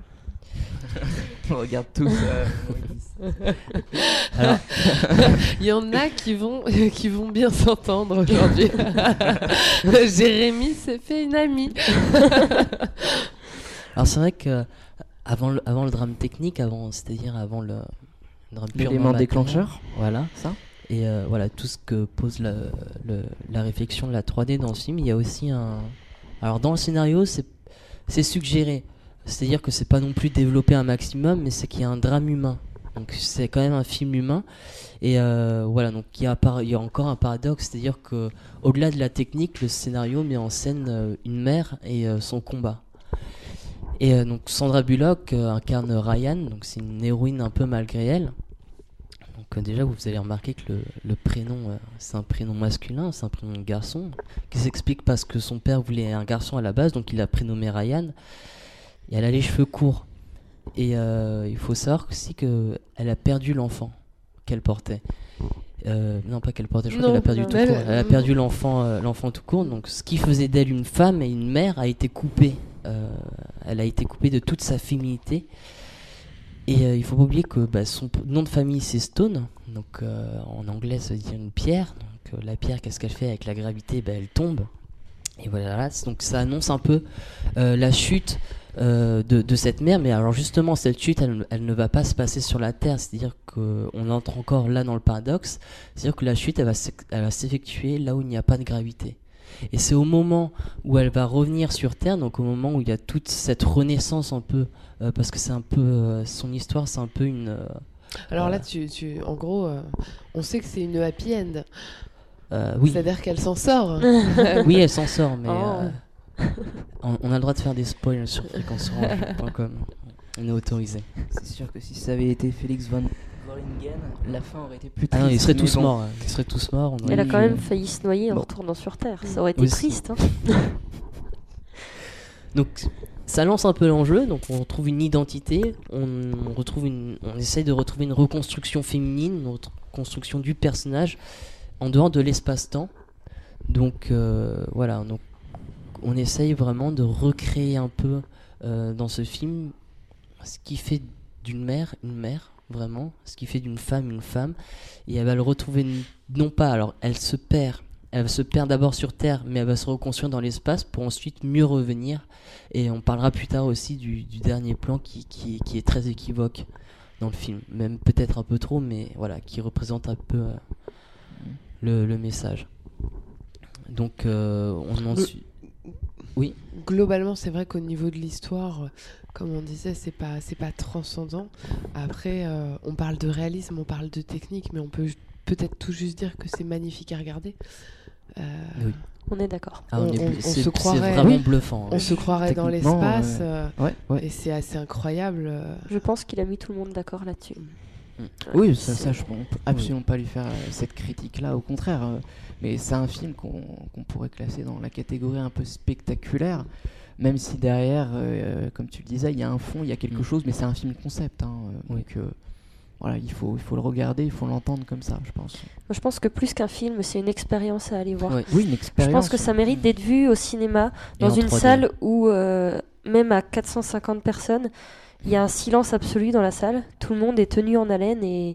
[SPEAKER 2] On regarde tous. euh,
[SPEAKER 4] alors,
[SPEAKER 1] Il y en a qui vont, qui vont bien s'entendre aujourd'hui. Jérémy s'est fait une amie.
[SPEAKER 4] alors c'est vrai que avant le, avant le drame technique, avant, c'est-à-dire avant le, le drame purement
[SPEAKER 2] L'élément
[SPEAKER 4] matériel,
[SPEAKER 2] déclencheur,
[SPEAKER 4] voilà.
[SPEAKER 2] ça.
[SPEAKER 4] Et euh, voilà, tout ce que pose la, le- la réflexion de la trois D dans ce film, il y a aussi un... Alors dans le scénario, c'est c'est suggéré. C'est-à-dire que c'est pas non plus développé un maximum, mais c'est qu'il y a un drame humain. Donc c'est quand même un film humain. Et euh, voilà, donc il y, a par- il y a encore un paradoxe, c'est-à-dire que au-delà de la technique, le scénario met en scène euh, une mère et euh, son combat. Et euh, donc Sandra Bullock euh, incarne Ryan, donc c'est une héroïne un peu malgré elle. Donc euh, déjà vous allez remarquer que le, le prénom euh, c'est un prénom masculin, c'est un prénom de garçon, qui s'explique parce que son père voulait un garçon à la base, donc il l'a prénommé Ryan. Et elle a les cheveux courts. Et euh, il faut savoir aussi qu'elle a perdu l'enfant qu'elle portait. Euh, non, pas qu'elle portait, je crois
[SPEAKER 1] Non,
[SPEAKER 4] qu'elle a perdu
[SPEAKER 1] non,
[SPEAKER 4] tout
[SPEAKER 1] elle-
[SPEAKER 4] court. Elle a perdu l'enfant, euh, l'enfant tout court. Donc ce qui faisait d'elle une femme et une mère a été coupé. Euh, elle a été coupée de toute sa féminité. Et euh, il faut pas oublier que bah, son p- nom de famille c'est Stone. Donc euh, en anglais ça veut dire une pierre. Donc euh, la pierre, qu'est-ce qu'elle fait avec la gravité? Bah, elle tombe. Et voilà, donc ça annonce un peu euh, la chute euh, de, de cette mer. Mais alors justement, cette chute, elle, elle ne va pas se passer sur la Terre. C'est-à-dire qu'on entre encore là dans le paradoxe. C'est-à-dire que la chute, elle va s'eff- elle va s'effectuer là où il n'y a pas de gravité. Et c'est au moment où elle va revenir sur Terre, donc au moment où il y a toute cette renaissance un peu, euh, parce que c'est un peu, euh, son histoire, c'est un peu une... euh,
[SPEAKER 1] Alors là,
[SPEAKER 4] euh,
[SPEAKER 1] tu, tu, en gros, euh, on sait que c'est une happy end.
[SPEAKER 4] euh, oui,
[SPEAKER 1] C'est-à-dire qu'elle s'en sort.
[SPEAKER 4] oui, elle s'en sort, mais
[SPEAKER 3] Oh.
[SPEAKER 4] euh, on, on a le droit de faire des spoils sur fréquence orange point com. On est autorisé.
[SPEAKER 2] C'est sûr que si ça avait été Félix von Voringen, la fin aurait été plus
[SPEAKER 4] Ah
[SPEAKER 2] triste.
[SPEAKER 4] non, ils seraient
[SPEAKER 2] mais
[SPEAKER 4] tous
[SPEAKER 2] bon.
[SPEAKER 4] morts. hein. Ils seraient tous morts. on aurait
[SPEAKER 3] Elle a
[SPEAKER 4] eu,
[SPEAKER 3] quand
[SPEAKER 4] euh,
[SPEAKER 3] même failli se noyer en
[SPEAKER 2] Bon.
[SPEAKER 3] retournant sur Terre. Ça aurait été
[SPEAKER 4] Aussi.
[SPEAKER 3] triste. Hein.
[SPEAKER 4] Donc ça lance un peu l'enjeu, donc on retrouve une identité, on, on retrouve une, on essaye de retrouver une reconstruction féminine, une reconstruction du personnage en dehors de l'espace-temps. Donc euh, voilà, donc on essaye vraiment de recréer un peu euh, dans ce film ce qui fait d'une mère, une mère, vraiment, ce qui fait d'une femme une femme, et elle va le retrouver, non pas, alors elle se perd, elle se perd d'abord sur Terre, mais elle va se reconstruire dans l'espace pour ensuite mieux revenir, et on parlera plus tard aussi du, du dernier plan qui, qui, qui est très équivoque dans le film, même peut-être un peu trop, mais voilà, qui représente un peu euh, le, le message. Donc euh, on en
[SPEAKER 1] Le...
[SPEAKER 4] suit. Oui.
[SPEAKER 1] Globalement, c'est vrai qu'au niveau de l'histoire, comme on disait, c'est pas c'est pas transcendant. Après, euh, on parle de réalisme, on parle de technique, mais on peut peut-être tout juste dire que c'est magnifique à regarder. Euh,
[SPEAKER 4] oui.
[SPEAKER 3] On est d'accord.
[SPEAKER 4] Ah, on
[SPEAKER 1] on,
[SPEAKER 4] est,
[SPEAKER 1] on,
[SPEAKER 4] c'est,
[SPEAKER 1] on se croirait,
[SPEAKER 4] c'est vraiment
[SPEAKER 1] oui,
[SPEAKER 4] bluffant.
[SPEAKER 1] On
[SPEAKER 4] hein.
[SPEAKER 1] se croirait dans
[SPEAKER 2] Techniquement,
[SPEAKER 1] l'espace,
[SPEAKER 2] euh,
[SPEAKER 1] euh,
[SPEAKER 2] ouais, ouais.
[SPEAKER 1] et c'est assez incroyable.
[SPEAKER 3] Je pense qu'il a mis tout le monde d'accord là-dessus.
[SPEAKER 2] Oui, ça, ça je, on peut absolument pas lui faire euh, cette critique-là, au contraire. euh, mais c'est un film qu'on qu'on pourrait classer dans la catégorie un peu spectaculaire, même si derrière, euh, comme tu le disais, il y a un fond, il y a quelque
[SPEAKER 4] Mm.
[SPEAKER 2] chose, mais c'est un film concept. Hein, euh,
[SPEAKER 4] Oui.
[SPEAKER 2] Donc euh, voilà, il faut, il faut le regarder, il faut l'entendre comme ça, je pense.
[SPEAKER 3] Moi, je pense que plus qu'un film, c'est une expérience à aller voir.
[SPEAKER 4] Ouais.
[SPEAKER 2] Oui, une
[SPEAKER 3] Je
[SPEAKER 2] expérience.
[SPEAKER 3] pense que ça mérite d'être vu au cinéma,
[SPEAKER 4] Et
[SPEAKER 3] dans
[SPEAKER 4] en
[SPEAKER 3] une
[SPEAKER 4] trois D.
[SPEAKER 3] salle où, euh, même à quatre cent cinquante personnes, il y a un silence absolu dans la salle. Tout le monde est tenu en haleine et,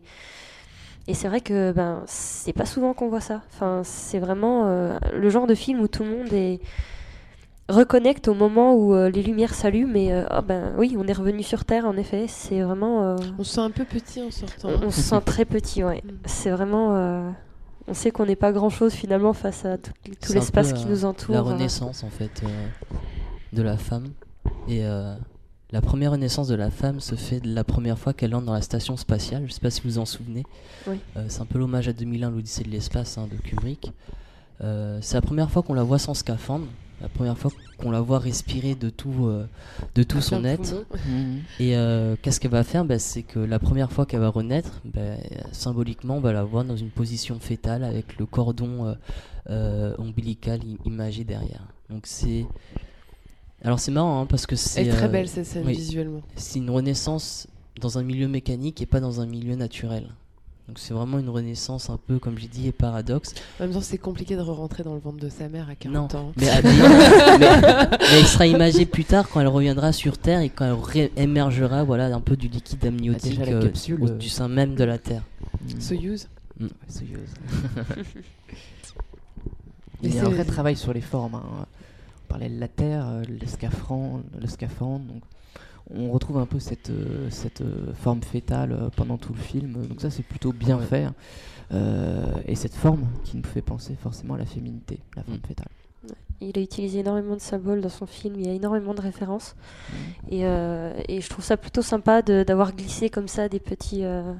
[SPEAKER 3] et c'est vrai que ben, c'est pas souvent qu'on voit ça. Enfin, c'est vraiment euh, le genre de film où tout le monde est reconnecte au moment où euh, les lumières s'allument et euh, oh, ben, oui, on est revenu sur Terre en effet. C'est vraiment... euh,
[SPEAKER 1] On se sent un peu petit en sortant.
[SPEAKER 3] on, on se sent très petit, ouais.
[SPEAKER 1] Mm.
[SPEAKER 3] C'est vraiment... euh, on sait qu'on n'est pas grand-chose finalement face à tout, tout
[SPEAKER 4] C'est un
[SPEAKER 3] l'espace
[SPEAKER 4] peu,
[SPEAKER 3] qui
[SPEAKER 4] euh,
[SPEAKER 3] nous entoure.
[SPEAKER 4] La renaissance en fait euh, de la femme. Et euh, la première renaissance de la femme se fait de la première fois qu'elle entre dans la station spatiale. Je sais pas si vous vous en souvenez.
[SPEAKER 3] Oui.
[SPEAKER 4] Euh, c'est un peu l'hommage à deux mille un, l'Odyssée de l'espace hein, de Kubrick. Euh, c'est la première fois qu'on la voit sans scaphandre. La première fois qu'on la voit respirer de tout, euh, de tout son
[SPEAKER 1] Plein de
[SPEAKER 4] être.
[SPEAKER 1] poumons.
[SPEAKER 2] Mhm.
[SPEAKER 4] Et euh, qu'est-ce qu'elle va faire bah, c'est que la première fois qu'elle va renaître, bah, symboliquement, on va la voir dans une position fétale avec le cordon euh, euh, ombilical i- imagé derrière. Donc c'est... Alors c'est marrant hein, parce que c'est...
[SPEAKER 1] Elle est très
[SPEAKER 4] euh,
[SPEAKER 1] belle cette scène
[SPEAKER 4] oui.
[SPEAKER 1] visuellement.
[SPEAKER 4] c'est une renaissance dans un milieu mécanique et pas dans un milieu naturel. Donc c'est vraiment une renaissance un peu, comme j'ai dit, et paradoxe.
[SPEAKER 1] En même temps, c'est compliqué de re-rentrer dans le ventre de sa mère à quarante
[SPEAKER 4] Non.
[SPEAKER 1] ans.
[SPEAKER 4] Mais, mais, mais- mais elle sera imagée plus tard quand elle reviendra sur Terre et quand elle ré- émergera voilà, un peu du liquide amniotique
[SPEAKER 2] déjà, la
[SPEAKER 4] euh,
[SPEAKER 2] capsule,
[SPEAKER 4] au-
[SPEAKER 2] euh,
[SPEAKER 4] du sein même de la Terre.
[SPEAKER 2] Mhm.
[SPEAKER 1] Soyuz.
[SPEAKER 2] Ouais, Soyuz.
[SPEAKER 1] Mais
[SPEAKER 2] Il y a un
[SPEAKER 1] c'est-
[SPEAKER 2] vrai travail sur les formes. hein. On parlait de la Terre, euh, le scaphandre, le scaphandre. Donc on retrouve un peu cette, euh, cette euh, forme fétale euh, pendant tout le film. Donc ça, c'est plutôt bien
[SPEAKER 4] Ouais.
[SPEAKER 2] fait. Euh, et cette forme qui nous fait penser forcément à la féminité, la forme
[SPEAKER 4] Mm.
[SPEAKER 2] fétale.
[SPEAKER 3] Il a utilisé énormément de symboles dans son film, il y a énormément de références.
[SPEAKER 2] Mhm.
[SPEAKER 3] Et, euh, et je trouve ça plutôt sympa de- d'avoir glissé comme ça des, petits, euh,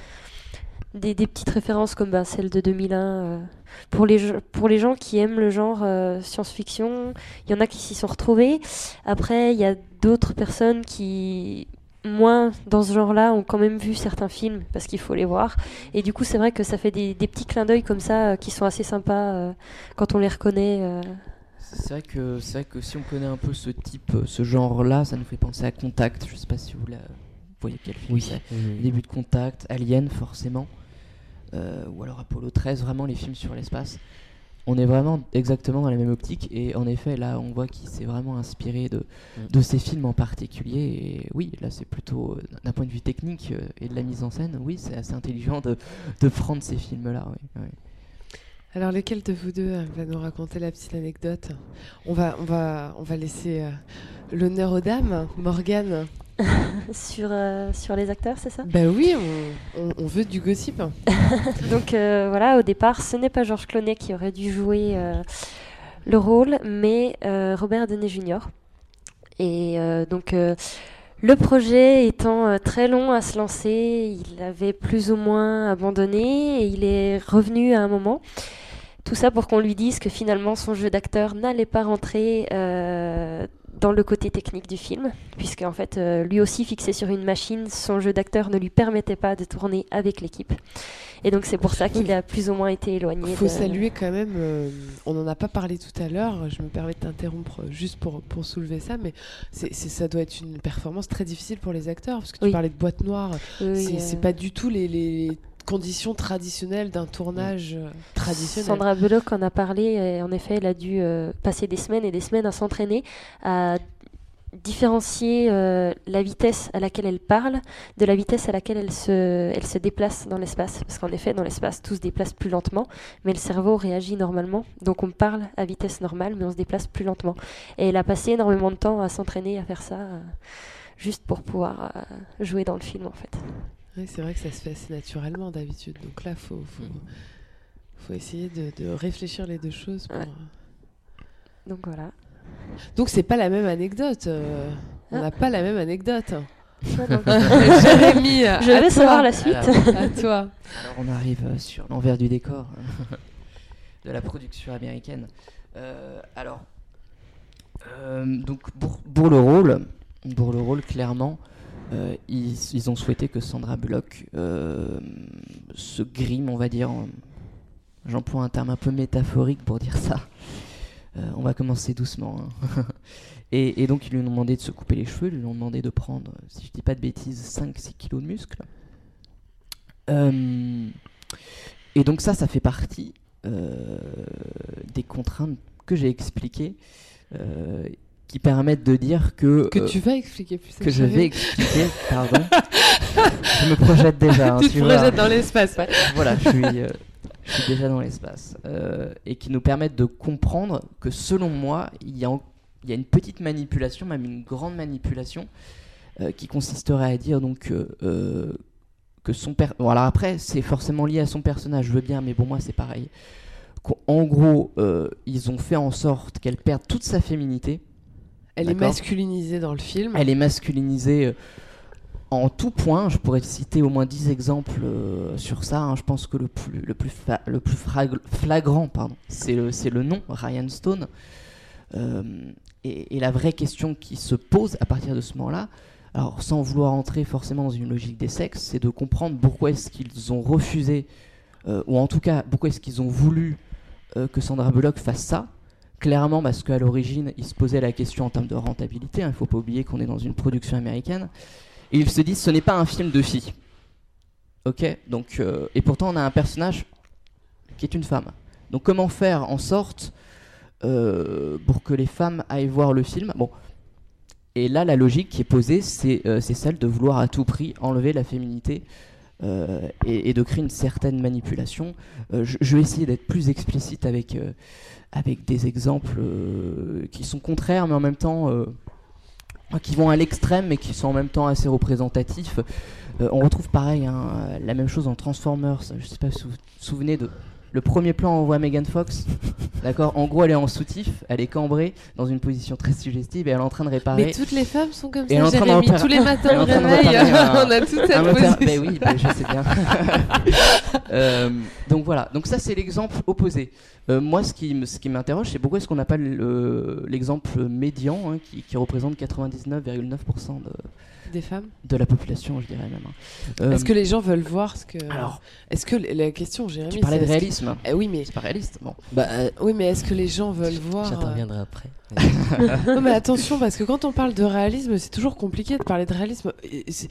[SPEAKER 3] des, des petites références comme ben, celle de deux mille un. euh. Pour, les, ge- pour les gens qui aiment le genre euh, science-fiction, il y en a qui s'y sont retrouvés. Après, il y a d'autres personnes qui, moins dans ce genre-là, ont quand même vu certains films parce qu'il faut les voir. Et du coup, c'est vrai que ça fait des, des petits clins d'œil comme ça euh, qui sont assez sympas euh, quand on les reconnaît. euh.
[SPEAKER 2] C'est vrai que c'est vrai que si on connaît un peu ce type, euh, ce genre-là, ça nous fait penser à Contact. Je sais pas si vous, la- vous voyez quel film c'est. Le début de Contact, Alien forcément, euh, ou alors Apollo treize, vraiment les films sur l'espace. On est vraiment exactement dans la même optique et en effet là on voit qu'il s'est vraiment inspiré de,
[SPEAKER 4] Mm.
[SPEAKER 2] de ces films en particulier et oui là c'est plutôt euh, d'un point de vue technique euh, et de la mise en scène, oui c'est assez intelligent de, de prendre ces films là. Oui, oui.
[SPEAKER 1] Alors, lequel de vous deux euh, va nous raconter la petite anecdote? On va, on va, on va laisser euh, l'honneur aux dames. Morgane.
[SPEAKER 3] sur, euh, sur les acteurs, c'est ça?
[SPEAKER 1] Ben oui, on, on- on veut du gossip.
[SPEAKER 3] Donc euh, voilà, au départ, ce n'est pas Georges Clooney qui aurait dû jouer euh, le rôle, mais euh, Robert Downey junior Et euh, donc, euh, le projet étant euh, très long à se lancer, il avait plus ou moins abandonné et il est revenu à un moment. Tout ça pour qu'on lui dise que finalement son jeu d'acteur n'allait pas rentrer euh, dans le côté technique du film, puisque en fait, euh, lui aussi fixé sur une machine, son jeu d'acteur ne lui permettait pas de tourner avec l'équipe. Et donc c'est pour ça qu'il a plus ou moins été éloigné.
[SPEAKER 1] Il faut
[SPEAKER 3] de...
[SPEAKER 1] saluer quand même, euh, on n'en a pas parlé tout à l'heure, je me permets de t'interrompre juste pour, pour soulever ça, mais c'est, c'est, ça doit être une performance très difficile pour les acteurs, parce que tu
[SPEAKER 3] Oui.
[SPEAKER 1] parlais de boîte noire,
[SPEAKER 3] Oui,
[SPEAKER 1] c'est,
[SPEAKER 3] euh,
[SPEAKER 1] c'est pas du tout les, les conditions traditionnelles d'un tournage euh, traditionnel.
[SPEAKER 3] Sandra Bullock en a parlé, et en effet, elle a dû euh, passer des semaines et des semaines à s'entraîner, à différencier euh, la vitesse à laquelle elle parle de la vitesse à laquelle elle se, elle se déplace dans l'espace. Parce qu'en effet, dans l'espace, tout se déplace plus lentement, mais le cerveau réagit normalement. Donc on parle à vitesse normale, mais on se déplace plus lentement. Et elle a passé énormément de temps à s'entraîner à faire ça, euh, juste pour pouvoir euh, jouer dans le film, en fait.
[SPEAKER 1] Oui, c'est vrai que ça se fait assez naturellement d'habitude. Donc là, il faut, faut, faut essayer de, de réfléchir les deux choses. Pour...
[SPEAKER 3] Ouais. Donc voilà.
[SPEAKER 1] Donc c'est pas la même anecdote. Euh, on n'a
[SPEAKER 3] Ah.
[SPEAKER 1] pas la même anecdote.
[SPEAKER 3] Ça, donc,
[SPEAKER 1] Jérémy, à
[SPEAKER 3] je vais
[SPEAKER 1] toi.
[SPEAKER 3] savoir la suite.
[SPEAKER 2] Alors,
[SPEAKER 1] À toi.
[SPEAKER 2] alors, on arrive euh, sur l'envers du décor de la production américaine. Euh, alors, euh, donc pour, pour le rôle, pour le rôle clairement, euh, ils, ils ont souhaité que Sandra Bullock euh, se grime, on va dire. en- J'emploie un terme un peu métaphorique pour dire ça. Euh, on va commencer doucement. hein. et, et donc ils lui ont demandé de se couper les cheveux, ils lui ont demandé de prendre, si je dis pas de bêtises, cinq six kilos de muscles. Euh, et donc ça, ça fait partie euh, des contraintes que j'ai expliquées, euh, qui permettent de dire que...
[SPEAKER 1] Que
[SPEAKER 2] euh,
[SPEAKER 1] tu vas expliquer plus.
[SPEAKER 2] que je vais expliquer, pardon. Je me projette déjà. hein,
[SPEAKER 1] Tu te
[SPEAKER 2] tu vois.
[SPEAKER 1] projettes dans l'espace. Ouais.
[SPEAKER 2] Voilà, je suis, euh, je suis déjà dans l'espace. Euh, et qui nous permettent de comprendre que selon moi, il y a, en- il y a une petite manipulation, même une grande manipulation, euh, qui consisterait à dire donc euh, euh, que son père. Bon, alors après, c'est forcément lié à son personnage, je veux bien, mais pour moi, c'est pareil. Qu'en- En gros, euh, ils ont fait en sorte qu'elle perde toute sa féminité.
[SPEAKER 1] Elle est
[SPEAKER 2] D'accord.
[SPEAKER 1] masculinisée dans le film.
[SPEAKER 2] Elle est masculinisée euh, en tout point. Je pourrais citer au moins dix exemples euh, sur ça. hein. Je pense que le plus, le plus, fa- le plus frag- flagrant, pardon, c'est le, c'est le nom, Ryan Stone. Euh, et, et la vraie question qui se pose à partir de ce moment-là, alors sans vouloir entrer forcément dans une logique des sexes, c'est de comprendre pourquoi est-ce qu'ils ont refusé, euh, ou en tout cas pourquoi est-ce qu'ils ont voulu euh, que Sandra Bullock fasse ça. Clairement parce qu'à l'origine, ils se posaient la question en termes de rentabilité. hein, Il ne faut pas oublier qu'on est dans une production américaine. Et ils se disent, ce n'est pas un film de filles. Ok. Donc, euh, et pourtant, on a un personnage qui est une femme. Donc, comment faire en sorte euh, pour que les femmes aillent voir le film? Bon. Et là, la logique qui est posée, c'est euh, c'est celle de vouloir à tout prix enlever la féminité euh, et, et de créer une certaine manipulation. Euh, je, je vais essayer d'être plus explicite avec, euh, avec des exemples euh, qui sont contraires, mais en même temps euh, qui vont à l'extrême, mais qui sont en même temps assez représentatifs. Euh, on retrouve pareil, hein, la même chose dans Transformers. Je ne sais pas si vous vous souvenez de le premier plan, on voit Megan Fox. D'accord. En gros, elle est en soutif, elle est cambrée dans une position très suggestive et elle est en train de réparer.
[SPEAKER 1] Mais toutes les femmes sont comme
[SPEAKER 2] Et elle est
[SPEAKER 1] ça,
[SPEAKER 2] en train de
[SPEAKER 1] Jérémy.
[SPEAKER 2] repérer-
[SPEAKER 1] Tous les matins
[SPEAKER 2] elle est
[SPEAKER 1] au
[SPEAKER 2] en train de
[SPEAKER 1] réveil,
[SPEAKER 2] repérer un-
[SPEAKER 1] on a toute cette
[SPEAKER 2] Un moteur-
[SPEAKER 1] position.
[SPEAKER 2] Ben oui, ben je sais bien. Euh, donc voilà, donc ça c'est l'exemple opposé. Euh, moi, ce qui, me- ce qui m'interroge, c'est pourquoi est-ce qu'on n'a pas le- l'exemple médian hein, qui, qui représente quatre-vingt-dix-neuf virgule neuf pour cent de,
[SPEAKER 1] Des femmes.
[SPEAKER 2] de la population, je dirais même. hein. Euh,
[SPEAKER 1] Est-ce que les gens veulent voir ce que.
[SPEAKER 2] Alors,
[SPEAKER 1] Est-ce que la question, Jérémy.
[SPEAKER 2] tu parlais
[SPEAKER 1] c'est
[SPEAKER 2] de
[SPEAKER 1] est-ce que-
[SPEAKER 2] réalisme.
[SPEAKER 1] Eh oui, mais
[SPEAKER 2] C'est pas réaliste. Bon.
[SPEAKER 4] Bah, euh,
[SPEAKER 1] oui, mais est-ce que les gens veulent voir euh,
[SPEAKER 4] j'interviendrai après.
[SPEAKER 1] Non, mais attention, parce que quand on parle de réalisme, c'est toujours compliqué de parler de réalisme. Et c'est-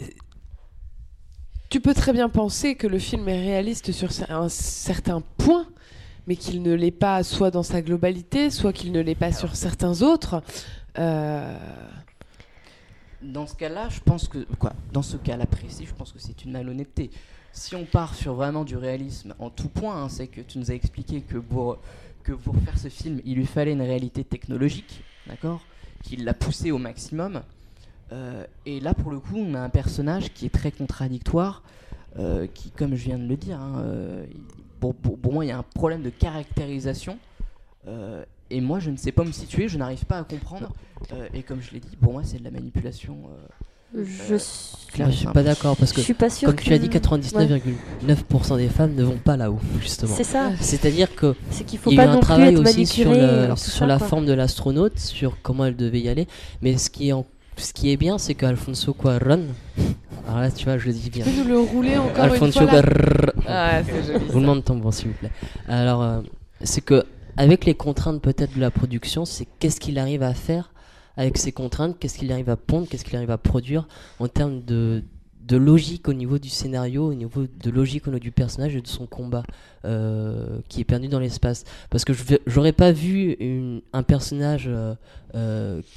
[SPEAKER 1] Tu peux très bien penser que le film est réaliste sur un certain point, mais qu'il ne l'est pas soit dans sa globalité, soit qu'il ne l'est pas sur certains autres. Euh,
[SPEAKER 2] Dans ce cas-là, je pense que quoi Dans ce cas-là précis, je pense que c'est une malhonnêteté. Si on part sur vraiment du réalisme en tout point, hein, c'est que tu nous as expliqué que pour que pour faire ce film, il lui fallait une réalité technologique, d'accord, qu'il l'a poussé au maximum. Euh, et là, pour le coup, on a un personnage qui est très contradictoire, euh, qui, comme je viens de le dire, hein, euh, il- pour, pour- pour moi, il y a un problème de caractérisation. Euh, et moi, je ne sais pas me situer, je n'arrive pas à comprendre. Euh, et comme je l'ai dit, pour moi, c'est de la manipulation. Euh,
[SPEAKER 3] Je, suis-
[SPEAKER 2] claire
[SPEAKER 4] Moi,
[SPEAKER 2] et
[SPEAKER 4] je suis
[SPEAKER 2] simple.
[SPEAKER 4] pas d'accord parce
[SPEAKER 3] je
[SPEAKER 4] que,
[SPEAKER 3] suis pas sûre
[SPEAKER 4] comme
[SPEAKER 3] que...
[SPEAKER 4] tu as dit, quatre-vingt-dix-neuf virgule neuf pour cent des femmes ne vont pas là-haut, justement.
[SPEAKER 3] C'est ça.
[SPEAKER 4] C'est-à-dire que
[SPEAKER 3] C'est qu'il faut
[SPEAKER 4] il y a
[SPEAKER 3] pas
[SPEAKER 4] eu un
[SPEAKER 3] non plus
[SPEAKER 4] travail
[SPEAKER 3] être
[SPEAKER 4] aussi sur,
[SPEAKER 3] manipulé.
[SPEAKER 4] le-
[SPEAKER 3] alors tout
[SPEAKER 4] sur
[SPEAKER 3] ça,
[SPEAKER 4] la
[SPEAKER 3] quoi.
[SPEAKER 4] forme de l'astronaute, sur comment elle devait y aller. Mais ce qui est, en- ce qui est bien, c'est qu'Alfonso Cuarón, alors là, tu vois, je le dis bien.
[SPEAKER 1] Tu peux nous le rouler encore une
[SPEAKER 4] Alfonso
[SPEAKER 1] fois là
[SPEAKER 4] Cuarón.
[SPEAKER 1] Ah, c'est joli.
[SPEAKER 4] Vous le demandez tant bon, s'il vous plaît. Alors, euh, c'est que avec les contraintes peut-être de la production, c'est qu'est-ce qu'il arrive à faire avec ces contraintes, qu'est-ce qu'il arrive à pondre, qu'est-ce qu'il arrive à produire en termes de, de logique au niveau du scénario, au niveau de logique au niveau du personnage et de son combat euh, qui est perdu dans l'espace. Parce que je vais- j'aurais pas vu une- un personnage euh, euh,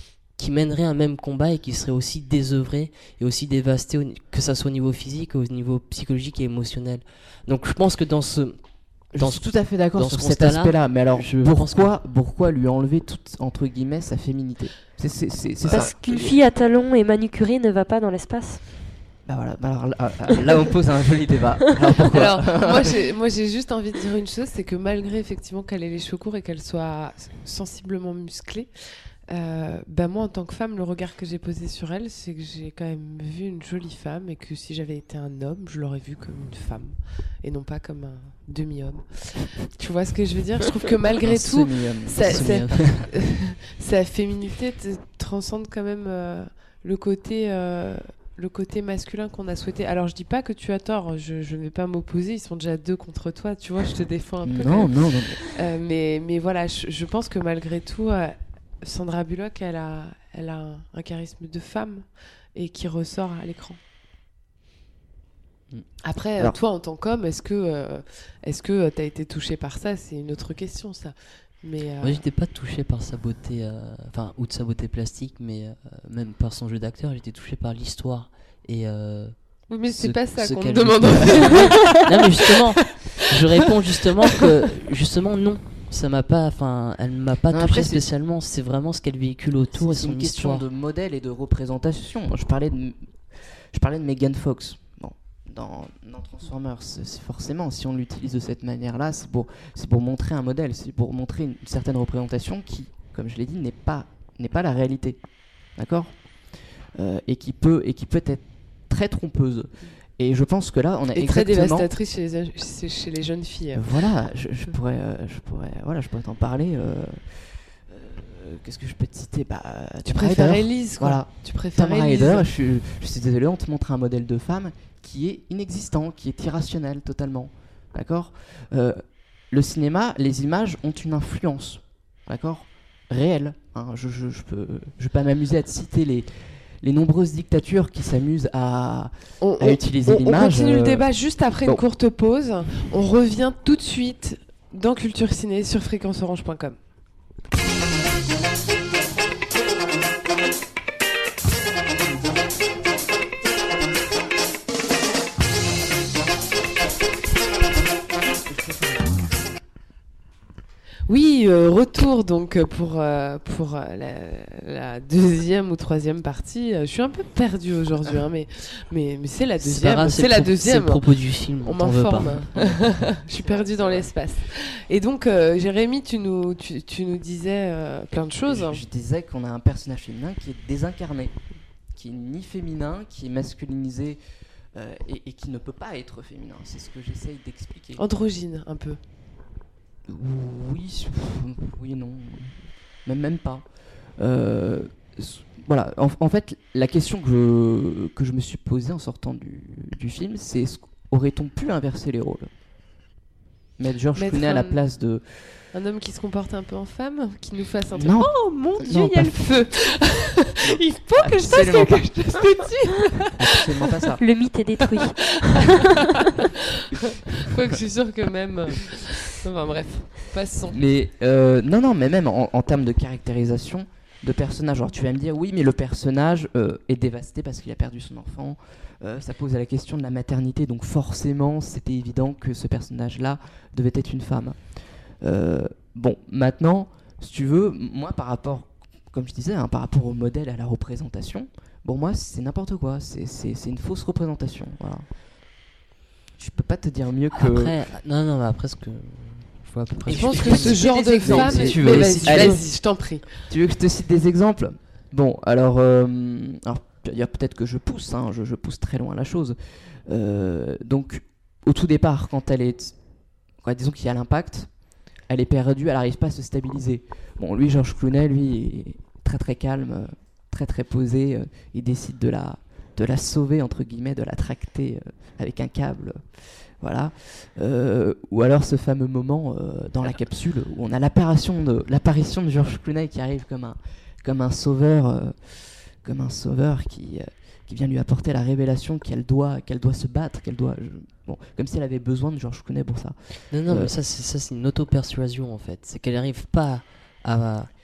[SPEAKER 4] qui mèneraient un même combat et qui seraient aussi désœuvrés et aussi dévastés, au, que ça soit au niveau physique, au niveau psychologique et émotionnel. Donc je pense que dans ce
[SPEAKER 2] Dans je suis tout à fait d'accord sur cet
[SPEAKER 4] constat-là,
[SPEAKER 2] aspect-là, mais alors
[SPEAKER 4] je
[SPEAKER 2] pourquoi, que... pourquoi lui enlever toute, entre guillemets, sa féminité? c'est, c'est, c'est, c'est
[SPEAKER 3] Parce
[SPEAKER 2] ça.
[SPEAKER 3] qu'une fille à talons et manucurée ne va pas dans l'espace.
[SPEAKER 2] Bah voilà, bah alors, là, là on pose un joli débat. Alors, pourquoi
[SPEAKER 1] alors moi, j'ai, moi j'ai juste envie de dire une chose, c'est que malgré effectivement qu'elle ait les cheveux courts et qu'elle soit sensiblement musclée, Euh, bah moi en tant que femme, le regard que j'ai posé sur elle, c'est que j'ai quand même vu une jolie femme et que si j'avais été un homme, je l'aurais vue comme une femme et non pas comme un demi-homme. Tu vois ce que je veux dire? Je trouve que malgré
[SPEAKER 2] un
[SPEAKER 1] tout,
[SPEAKER 2] sa,
[SPEAKER 1] sa, sa féminité te transcende quand même euh, le côté euh, le côté masculin qu'on a souhaité. Alors je dis pas que tu as tort, je je ne vais pas m'opposer, ils sont déjà deux contre toi, tu vois, je te défends un peu.
[SPEAKER 2] Non, non, non.
[SPEAKER 1] Euh, mais mais voilà, je, je pense que malgré tout. Euh, Sandra Bullock, elle a, elle a un, un charisme de femme et qui ressort à l'écran. Après, Alors, toi, en tant qu'homme, est-ce que euh, est-ce que t'as été touché par ça? C'est une autre question, ça. Mais euh...
[SPEAKER 4] moi, j'étais pas touché par sa beauté, enfin, euh, ou de sa beauté plastique, mais euh, même par son jeu d'acteur. J'étais touché par l'histoire et. Euh,
[SPEAKER 1] oui, mais c'est
[SPEAKER 4] ce,
[SPEAKER 1] pas ça qu'on
[SPEAKER 4] me
[SPEAKER 1] demande.
[SPEAKER 4] Non, mais justement, je réponds justement que justement non. Ça m'a pas, enfin, elle m'a pas non, touché après, spécialement. C'est... c'est vraiment ce qu'elle véhicule autour
[SPEAKER 2] c'est
[SPEAKER 4] et son
[SPEAKER 2] une
[SPEAKER 4] histoire.
[SPEAKER 2] question de modèle et de représentation. Moi, je parlais de, je parlais de Megan Fox. Bon, dans, dans Transformers, c'est, c'est forcément, si on l'utilise de cette manière-là, c'est pour, c'est pour montrer un modèle, c'est pour montrer une, une certaine représentation qui, comme je l'ai dit, n'est pas, n'est pas la réalité, d'accord, euh, et qui peut, et qui peut être très trompeuse. Et je pense que là, on a
[SPEAKER 1] et
[SPEAKER 2] exactement...
[SPEAKER 1] très dévastatrice chez les, chez les jeunes filles.
[SPEAKER 2] Voilà, je, je pourrais, euh, je pourrais, voilà, je pourrais t'en parler. Euh, euh, qu'est-ce que je peux te citer? Bah,
[SPEAKER 1] tu préfères Elise, quoi. Voilà. Tu préfères
[SPEAKER 2] Tom
[SPEAKER 1] Elise.
[SPEAKER 2] Rider. Je suis, je suis désolé, on te montre un modèle de femme qui est inexistant, qui est irrationnel totalement, d'accord. Euh, le cinéma, les images ont une influence, d'accord, réelle. Hein, je, je, je peux, je vais pas m'amuser à te citer les les nombreuses dictatures qui s'amusent à,
[SPEAKER 1] on,
[SPEAKER 2] à utiliser
[SPEAKER 1] on,
[SPEAKER 2] l'image.
[SPEAKER 1] On continue euh... le débat juste après bon. Une courte pause. On revient tout de suite dans Culture Ciné sur fréquence orange point com. Oui, euh, retour donc pour, euh, pour euh, la, la deuxième ou troisième partie. Je suis un peu perdue aujourd'hui, hein, mais, mais, mais c'est la deuxième.
[SPEAKER 4] Sarah,
[SPEAKER 1] c'est,
[SPEAKER 4] c'est
[SPEAKER 1] la
[SPEAKER 4] pro-
[SPEAKER 1] deuxième.
[SPEAKER 4] C'est le propos du film.
[SPEAKER 1] On m'informe. Je suis perdue dans l'espace. Et donc, euh, Jérémy, tu nous, tu, tu nous disais euh, plein de choses.
[SPEAKER 2] Je, je disais qu'on a un personnage féminin qui est désincarné, qui est ni féminin, qui est masculinisé euh, et, et qui ne peut pas être féminin. C'est ce que j'essaye d'expliquer.
[SPEAKER 1] Androgyne, un peu.
[SPEAKER 2] Oui, oui et non, même, même pas. Euh, voilà, en, en fait, la question que je, que je me suis posée en sortant du, du film, c'est aurait-on pu inverser les rôles? Mettre George
[SPEAKER 1] Mettre
[SPEAKER 2] Clooney
[SPEAKER 1] un,
[SPEAKER 2] à la place de...
[SPEAKER 1] Un homme qui se comporte un peu en femme, qui nous fasse un truc...
[SPEAKER 2] Non.
[SPEAKER 1] Oh mon Dieu,
[SPEAKER 2] non,
[SPEAKER 1] il y a le feu. Il faut que je fasse quelque chose dessus.
[SPEAKER 2] Absolument pas ça.
[SPEAKER 3] Le mythe est détruit.
[SPEAKER 1] Faut que je suis sûre que même... Enfin bref, passons.
[SPEAKER 2] Mais euh, non, non, mais même en, en termes de caractérisation de personnage, alors tu vas me dire oui, mais le personnage euh, est dévasté parce qu'il a perdu son enfant. Euh, ça pose la question de la maternité, donc forcément, c'était évident que ce personnage-là devait être une femme. Euh, bon, maintenant, si tu veux, moi, par rapport, comme je disais, hein, par rapport au modèle, à la représentation, bon, moi, c'est n'importe quoi. C'est, c'est, c'est une fausse représentation. Voilà. Je peux pas te dire mieux que.
[SPEAKER 4] Après, non, non, mais après ce que.
[SPEAKER 1] Et je pense que ce genre de femme,
[SPEAKER 2] si tu
[SPEAKER 1] veux,
[SPEAKER 2] veux,
[SPEAKER 1] vas-y,
[SPEAKER 2] si
[SPEAKER 1] vas-y,
[SPEAKER 2] allez,
[SPEAKER 1] je t'en prie.
[SPEAKER 2] Tu veux que je te cite des exemples? Bon, alors, euh, alors il y a peut-être que je pousse, hein, je, je pousse très loin la chose. Euh, donc, au tout départ, quand elle est, ouais, disons qu'il y a l'impact, elle est perdue, elle n'arrive pas à se stabiliser. Bon, lui, George Clooney, lui, est très très calme, très très posé. Euh, il décide de la, de la sauver entre guillemets, de la tracter euh, avec un câble. Voilà. Euh, ou alors ce fameux moment euh, dans la capsule où on a l'apparition de, l'apparition de George Clooney qui arrive comme un, comme un sauveur, euh, comme un sauveur qui, euh, qui vient lui apporter la révélation qu'elle doit, qu'elle doit se battre, qu'elle doit, je, bon, comme si elle avait besoin de George Clooney pour ça.
[SPEAKER 4] Non, non,
[SPEAKER 2] euh,
[SPEAKER 4] mais ça c'est, ça, c'est une auto-persuasion en fait. C'est qu'elle n'arrive pas à,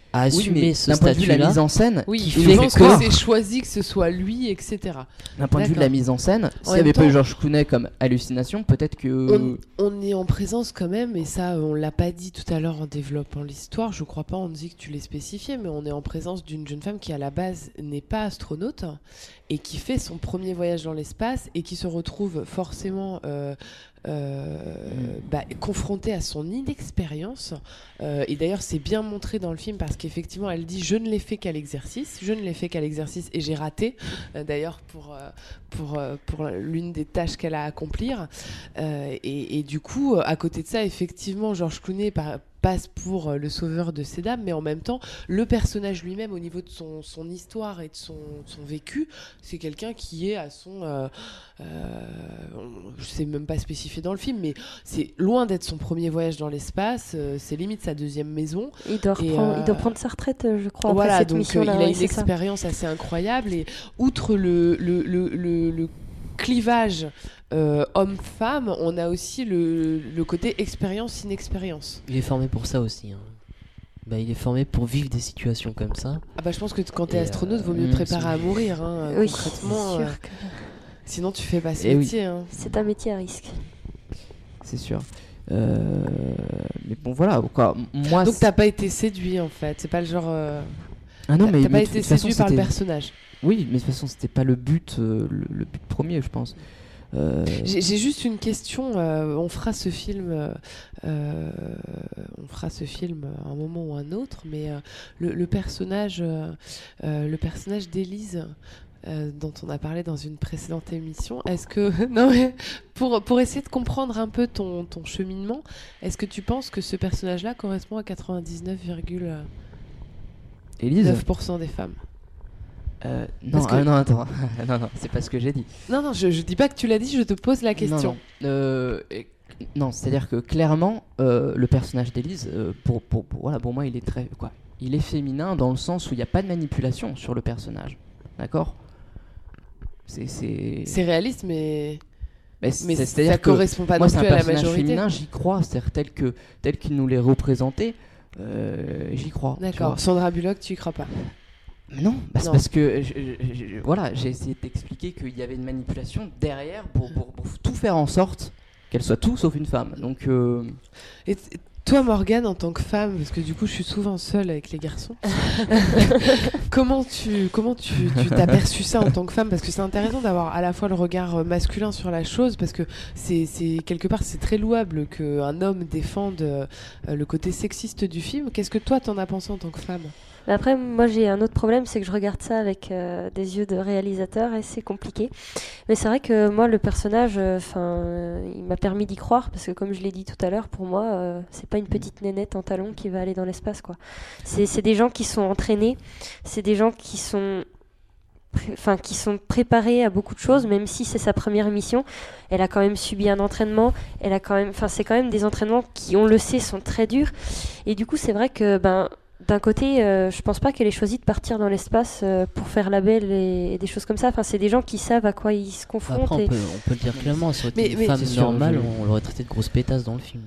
[SPEAKER 4] à assumer
[SPEAKER 2] oui,
[SPEAKER 4] ce
[SPEAKER 2] d'un point de vue de la
[SPEAKER 4] statut-là.
[SPEAKER 2] mise en scène,
[SPEAKER 1] Oui,
[SPEAKER 2] qui
[SPEAKER 1] je
[SPEAKER 2] fait
[SPEAKER 1] pense
[SPEAKER 2] que,
[SPEAKER 1] que c'est choisi que ce soit lui, et cetera.
[SPEAKER 2] d'un point de vue de la
[SPEAKER 1] D'accord.
[SPEAKER 2] mise en scène, s'il
[SPEAKER 1] En
[SPEAKER 2] n'y avait
[SPEAKER 1] même
[SPEAKER 2] pas eu
[SPEAKER 1] temps-
[SPEAKER 2] George Clooney comme hallucination, peut-être que
[SPEAKER 1] On, on est en présence quand même, et ça on l'a pas dit tout à l'heure en développant l'histoire, je crois pas on dit que tu l'as spécifié, mais on est en présence d'une jeune femme qui à la base n'est pas astronaute et qui fait son premier voyage dans l'espace et qui se retrouve forcément euh, euh, bah, confrontée à son inexpérience. Euh, et d'ailleurs c'est bien montré dans le film parce qu'effectivement elle dit je ne l'ai fait qu'à l'exercice, je ne l'ai fait qu'à l'exercice et j'ai raté, euh, d'ailleurs pour, euh, pour, euh, pour l'une des tâches qu'elle a à accomplir. Euh, et, et du coup, à côté de ça, effectivement, George Clooney par- passe pour le sauveur de ces dames, mais en même temps, le personnage lui-même, au niveau de son, son histoire et de son, son vécu, c'est quelqu'un qui est à son... Euh, euh, je sais même pas spécifier dans le film, mais c'est loin d'être son premier voyage dans l'espace, euh, c'est limite sa deuxième maison.
[SPEAKER 3] Il doit,
[SPEAKER 1] Et,
[SPEAKER 3] reprendre,
[SPEAKER 1] euh,
[SPEAKER 3] il doit prendre sa retraite, euh, je crois, après
[SPEAKER 1] Voilà,
[SPEAKER 3] cette
[SPEAKER 1] donc euh,
[SPEAKER 3] mission-là.
[SPEAKER 1] il a
[SPEAKER 3] ouais,
[SPEAKER 1] une
[SPEAKER 3] c'est ça.
[SPEAKER 1] expérience assez incroyable, et outre le, le, le, le, le clivage euh, homme-femme, on a aussi le, le côté expérience-inexpérience.
[SPEAKER 4] Il est formé pour ça aussi. Hein. Bah, il est formé pour vivre des situations comme ça.
[SPEAKER 1] Ah bah je pense que t- quand t'es
[SPEAKER 4] Et,
[SPEAKER 1] astronaute,
[SPEAKER 4] euh,
[SPEAKER 1] vaut mieux te
[SPEAKER 2] mmh,
[SPEAKER 1] préparer
[SPEAKER 4] c'est-
[SPEAKER 1] à mourir, hein,
[SPEAKER 3] Oui,
[SPEAKER 1] concrètement.
[SPEAKER 3] c'est
[SPEAKER 1] euh,
[SPEAKER 3] sûr que
[SPEAKER 1] sinon tu fais pas ce
[SPEAKER 2] Eh oui.
[SPEAKER 1] métier. Hein.
[SPEAKER 3] c'est un métier à risque.
[SPEAKER 2] c'est sûr. Euh, mais bon, voilà. Quoi. Moi,
[SPEAKER 1] Donc
[SPEAKER 2] c'est-
[SPEAKER 1] t'as pas été séduit en fait, c'est pas le genre... euh,
[SPEAKER 2] ah non,
[SPEAKER 1] t'as
[SPEAKER 2] mais,
[SPEAKER 1] t'as
[SPEAKER 2] mais
[SPEAKER 1] pas
[SPEAKER 2] de
[SPEAKER 1] été
[SPEAKER 2] toute façon,
[SPEAKER 1] séduit par le
[SPEAKER 2] c'était-
[SPEAKER 1] personnage.
[SPEAKER 2] Oui, mais de toute façon, c'était pas le but, euh, le, le but premier, je pense. Euh,
[SPEAKER 1] J'ai j'ai juste une question. euh, on fera ce film, euh, euh, on fera ce film à un moment ou un autre, mais euh, le, le personnage, euh, euh, le personnage d'Élise. euh, dont on a parlé dans une précédente émission. Est-ce que non mais pour pour essayer de comprendre un peu ton ton cheminement, est-ce que tu penses que ce personnage-là correspond à quatre-vingt-dix-neuf virgule
[SPEAKER 2] Élise
[SPEAKER 1] neuf pour cent des femmes?
[SPEAKER 2] Euh, non,
[SPEAKER 1] Parce que-
[SPEAKER 2] ah, non, attends. non, non, c'est pas ce que j'ai dit.
[SPEAKER 1] Non non, je je dis pas que tu l'as dit, je te pose la question.
[SPEAKER 2] Non, non. Euh, et- non, c'est-à-dire que clairement, euh, le personnage d'Élise, euh, pour, pour, pour- voilà, pour moi, il est très, quoi, il est féminin dans le sens où il n'y a pas de manipulation sur le personnage, d'accord? C'est, c'est,
[SPEAKER 1] C'est réaliste, mais
[SPEAKER 2] mais
[SPEAKER 1] mais
[SPEAKER 2] c'est-
[SPEAKER 1] ça
[SPEAKER 2] c'est-à-dire que
[SPEAKER 1] correspond pas
[SPEAKER 2] moi,
[SPEAKER 1] non
[SPEAKER 2] c'est un
[SPEAKER 1] plus à la
[SPEAKER 2] personnage
[SPEAKER 1] majorité.
[SPEAKER 2] féminin, j'y crois, c'est-à-dire tel que, tel qu'il nous l'est représenté, euh, j'y crois. tu vois.
[SPEAKER 1] D'accord. Sandra Bullock, tu y crois pas?
[SPEAKER 2] Mais non, bah, c'est
[SPEAKER 1] Non.
[SPEAKER 2] parce que je- je- je- voilà, j'ai essayé de t'expliquer qu'il y avait une manipulation derrière pour, pour- pour tout faire en sorte qu'elle soit tout sauf une femme. Donc euh,
[SPEAKER 1] Et t- toi, Morgane, en tant que femme, parce que du coup, je suis souvent seule avec les garçons, comment tu comment tu tu t'as perçu ça en tant que femme? Parce que c'est intéressant d'avoir à la fois le regard euh, masculin sur la chose, parce que c'est c'est quelque part c'est très louable qu'un homme défende euh, le côté sexiste du film. Qu'est-ce que toi t'en as pensé en tant que femme?
[SPEAKER 3] Mais après, moi j'ai un autre problème, c'est que je regarde ça avec euh, des yeux de réalisateur et c'est compliqué. Mais c'est vrai que moi, le personnage, enfin, euh, il m'a permis d'y croire parce que, comme je l'ai dit tout à l'heure, pour moi, euh, c'est pas une petite nénette en talons qui va aller dans l'espace, quoi. C'est c'est des gens qui sont entraînés, c'est des gens qui sont pré- enfin qui sont préparés à beaucoup de choses, même si c'est sa première mission. Elle a quand même subi un entraînement, elle a quand même, enfin c'est quand même des entraînements qui, on le sait, sont très durs. Et du coup, c'est vrai que ben d'un côté, euh, je pense pas qu'elle ait choisi de partir dans l'espace euh, pour faire la belle et, et des choses comme ça. Enfin, c'est des gens qui savent à quoi ils se confrontent.
[SPEAKER 4] Après, on
[SPEAKER 3] et-
[SPEAKER 4] peut, on peut le dire clairement, ça aurait été
[SPEAKER 1] Mais-
[SPEAKER 4] une
[SPEAKER 1] mais-
[SPEAKER 4] femme
[SPEAKER 2] C'est sûr,
[SPEAKER 4] normale,
[SPEAKER 2] je-
[SPEAKER 4] on l'aurait traité de grosse pétasse dans le film.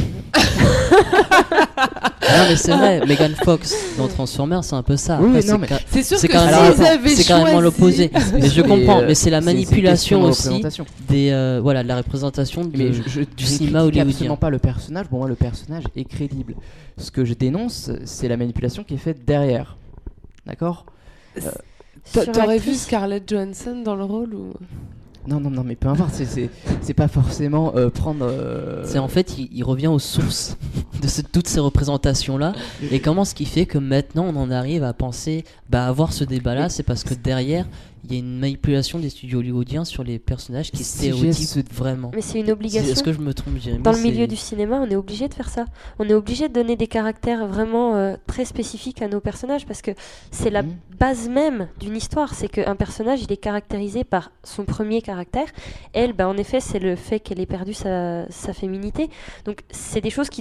[SPEAKER 4] Non mais c'est vrai, Megan Fox dans Transformers, c'est un peu ça.
[SPEAKER 2] Oui,
[SPEAKER 4] Après,
[SPEAKER 2] oui, non,
[SPEAKER 4] c'est
[SPEAKER 2] mais-
[SPEAKER 4] ca-
[SPEAKER 1] C'est sûr
[SPEAKER 4] c'est
[SPEAKER 1] que
[SPEAKER 4] carrément,
[SPEAKER 1] s'ils avaient
[SPEAKER 4] c'est carrément
[SPEAKER 1] choisi-
[SPEAKER 4] l'opposé. Mais je
[SPEAKER 2] Mais,
[SPEAKER 4] comprends,
[SPEAKER 2] euh,
[SPEAKER 4] mais c'est la
[SPEAKER 2] c'est- c'est une
[SPEAKER 4] manipulation
[SPEAKER 2] question de
[SPEAKER 4] aussi
[SPEAKER 2] représentation.
[SPEAKER 4] des, euh, voilà, de la représentation de-
[SPEAKER 2] Mais je, je,
[SPEAKER 4] du
[SPEAKER 2] je
[SPEAKER 4] cinéma
[SPEAKER 2] critique
[SPEAKER 4] hollywoodien.
[SPEAKER 2] absolument pas le personnage. Pour moi, le personnage est crédible. Ce que je dénonce, c'est la manipulation qui est faite derrière. D'accord?
[SPEAKER 1] T'a-
[SPEAKER 3] sur
[SPEAKER 1] T'aurais vu
[SPEAKER 3] l'actrice.
[SPEAKER 1] Scarlett Johansson dans le rôle ou...
[SPEAKER 2] Non, non, non, mais peu importe. c'est- C'est c'est pas forcément euh, prendre. euh,
[SPEAKER 4] C'est en fait, il, il revient aux sources de ce- toutes ces représentations-là. Et comment ce qui fait que maintenant on en arrive à penser, bah, avoir ce débat-là, c'est parce que derrière, il y a une manipulation des studios hollywoodiens sur les personnages qui
[SPEAKER 2] Si j'ai
[SPEAKER 4] stéréotypent
[SPEAKER 2] ce-
[SPEAKER 4] vraiment.
[SPEAKER 3] Mais c'est une
[SPEAKER 4] C'est-
[SPEAKER 3] obligation.
[SPEAKER 4] Est-ce que je me trompe, Jérémy?
[SPEAKER 3] Dans le
[SPEAKER 4] C'est-
[SPEAKER 3] milieu du cinéma, on est obligé de faire ça. On est obligé de donner des caractères vraiment euh, très spécifiques à nos personnages parce que c'est la
[SPEAKER 2] Mhm.
[SPEAKER 3] base même d'une histoire. C'est qu'un personnage, il est caractérisé par son premier caractère. Elle, bah, en effet, c'est le fait qu'elle ait perdu sa, sa féminité. Donc, c'est des choses qui doivent être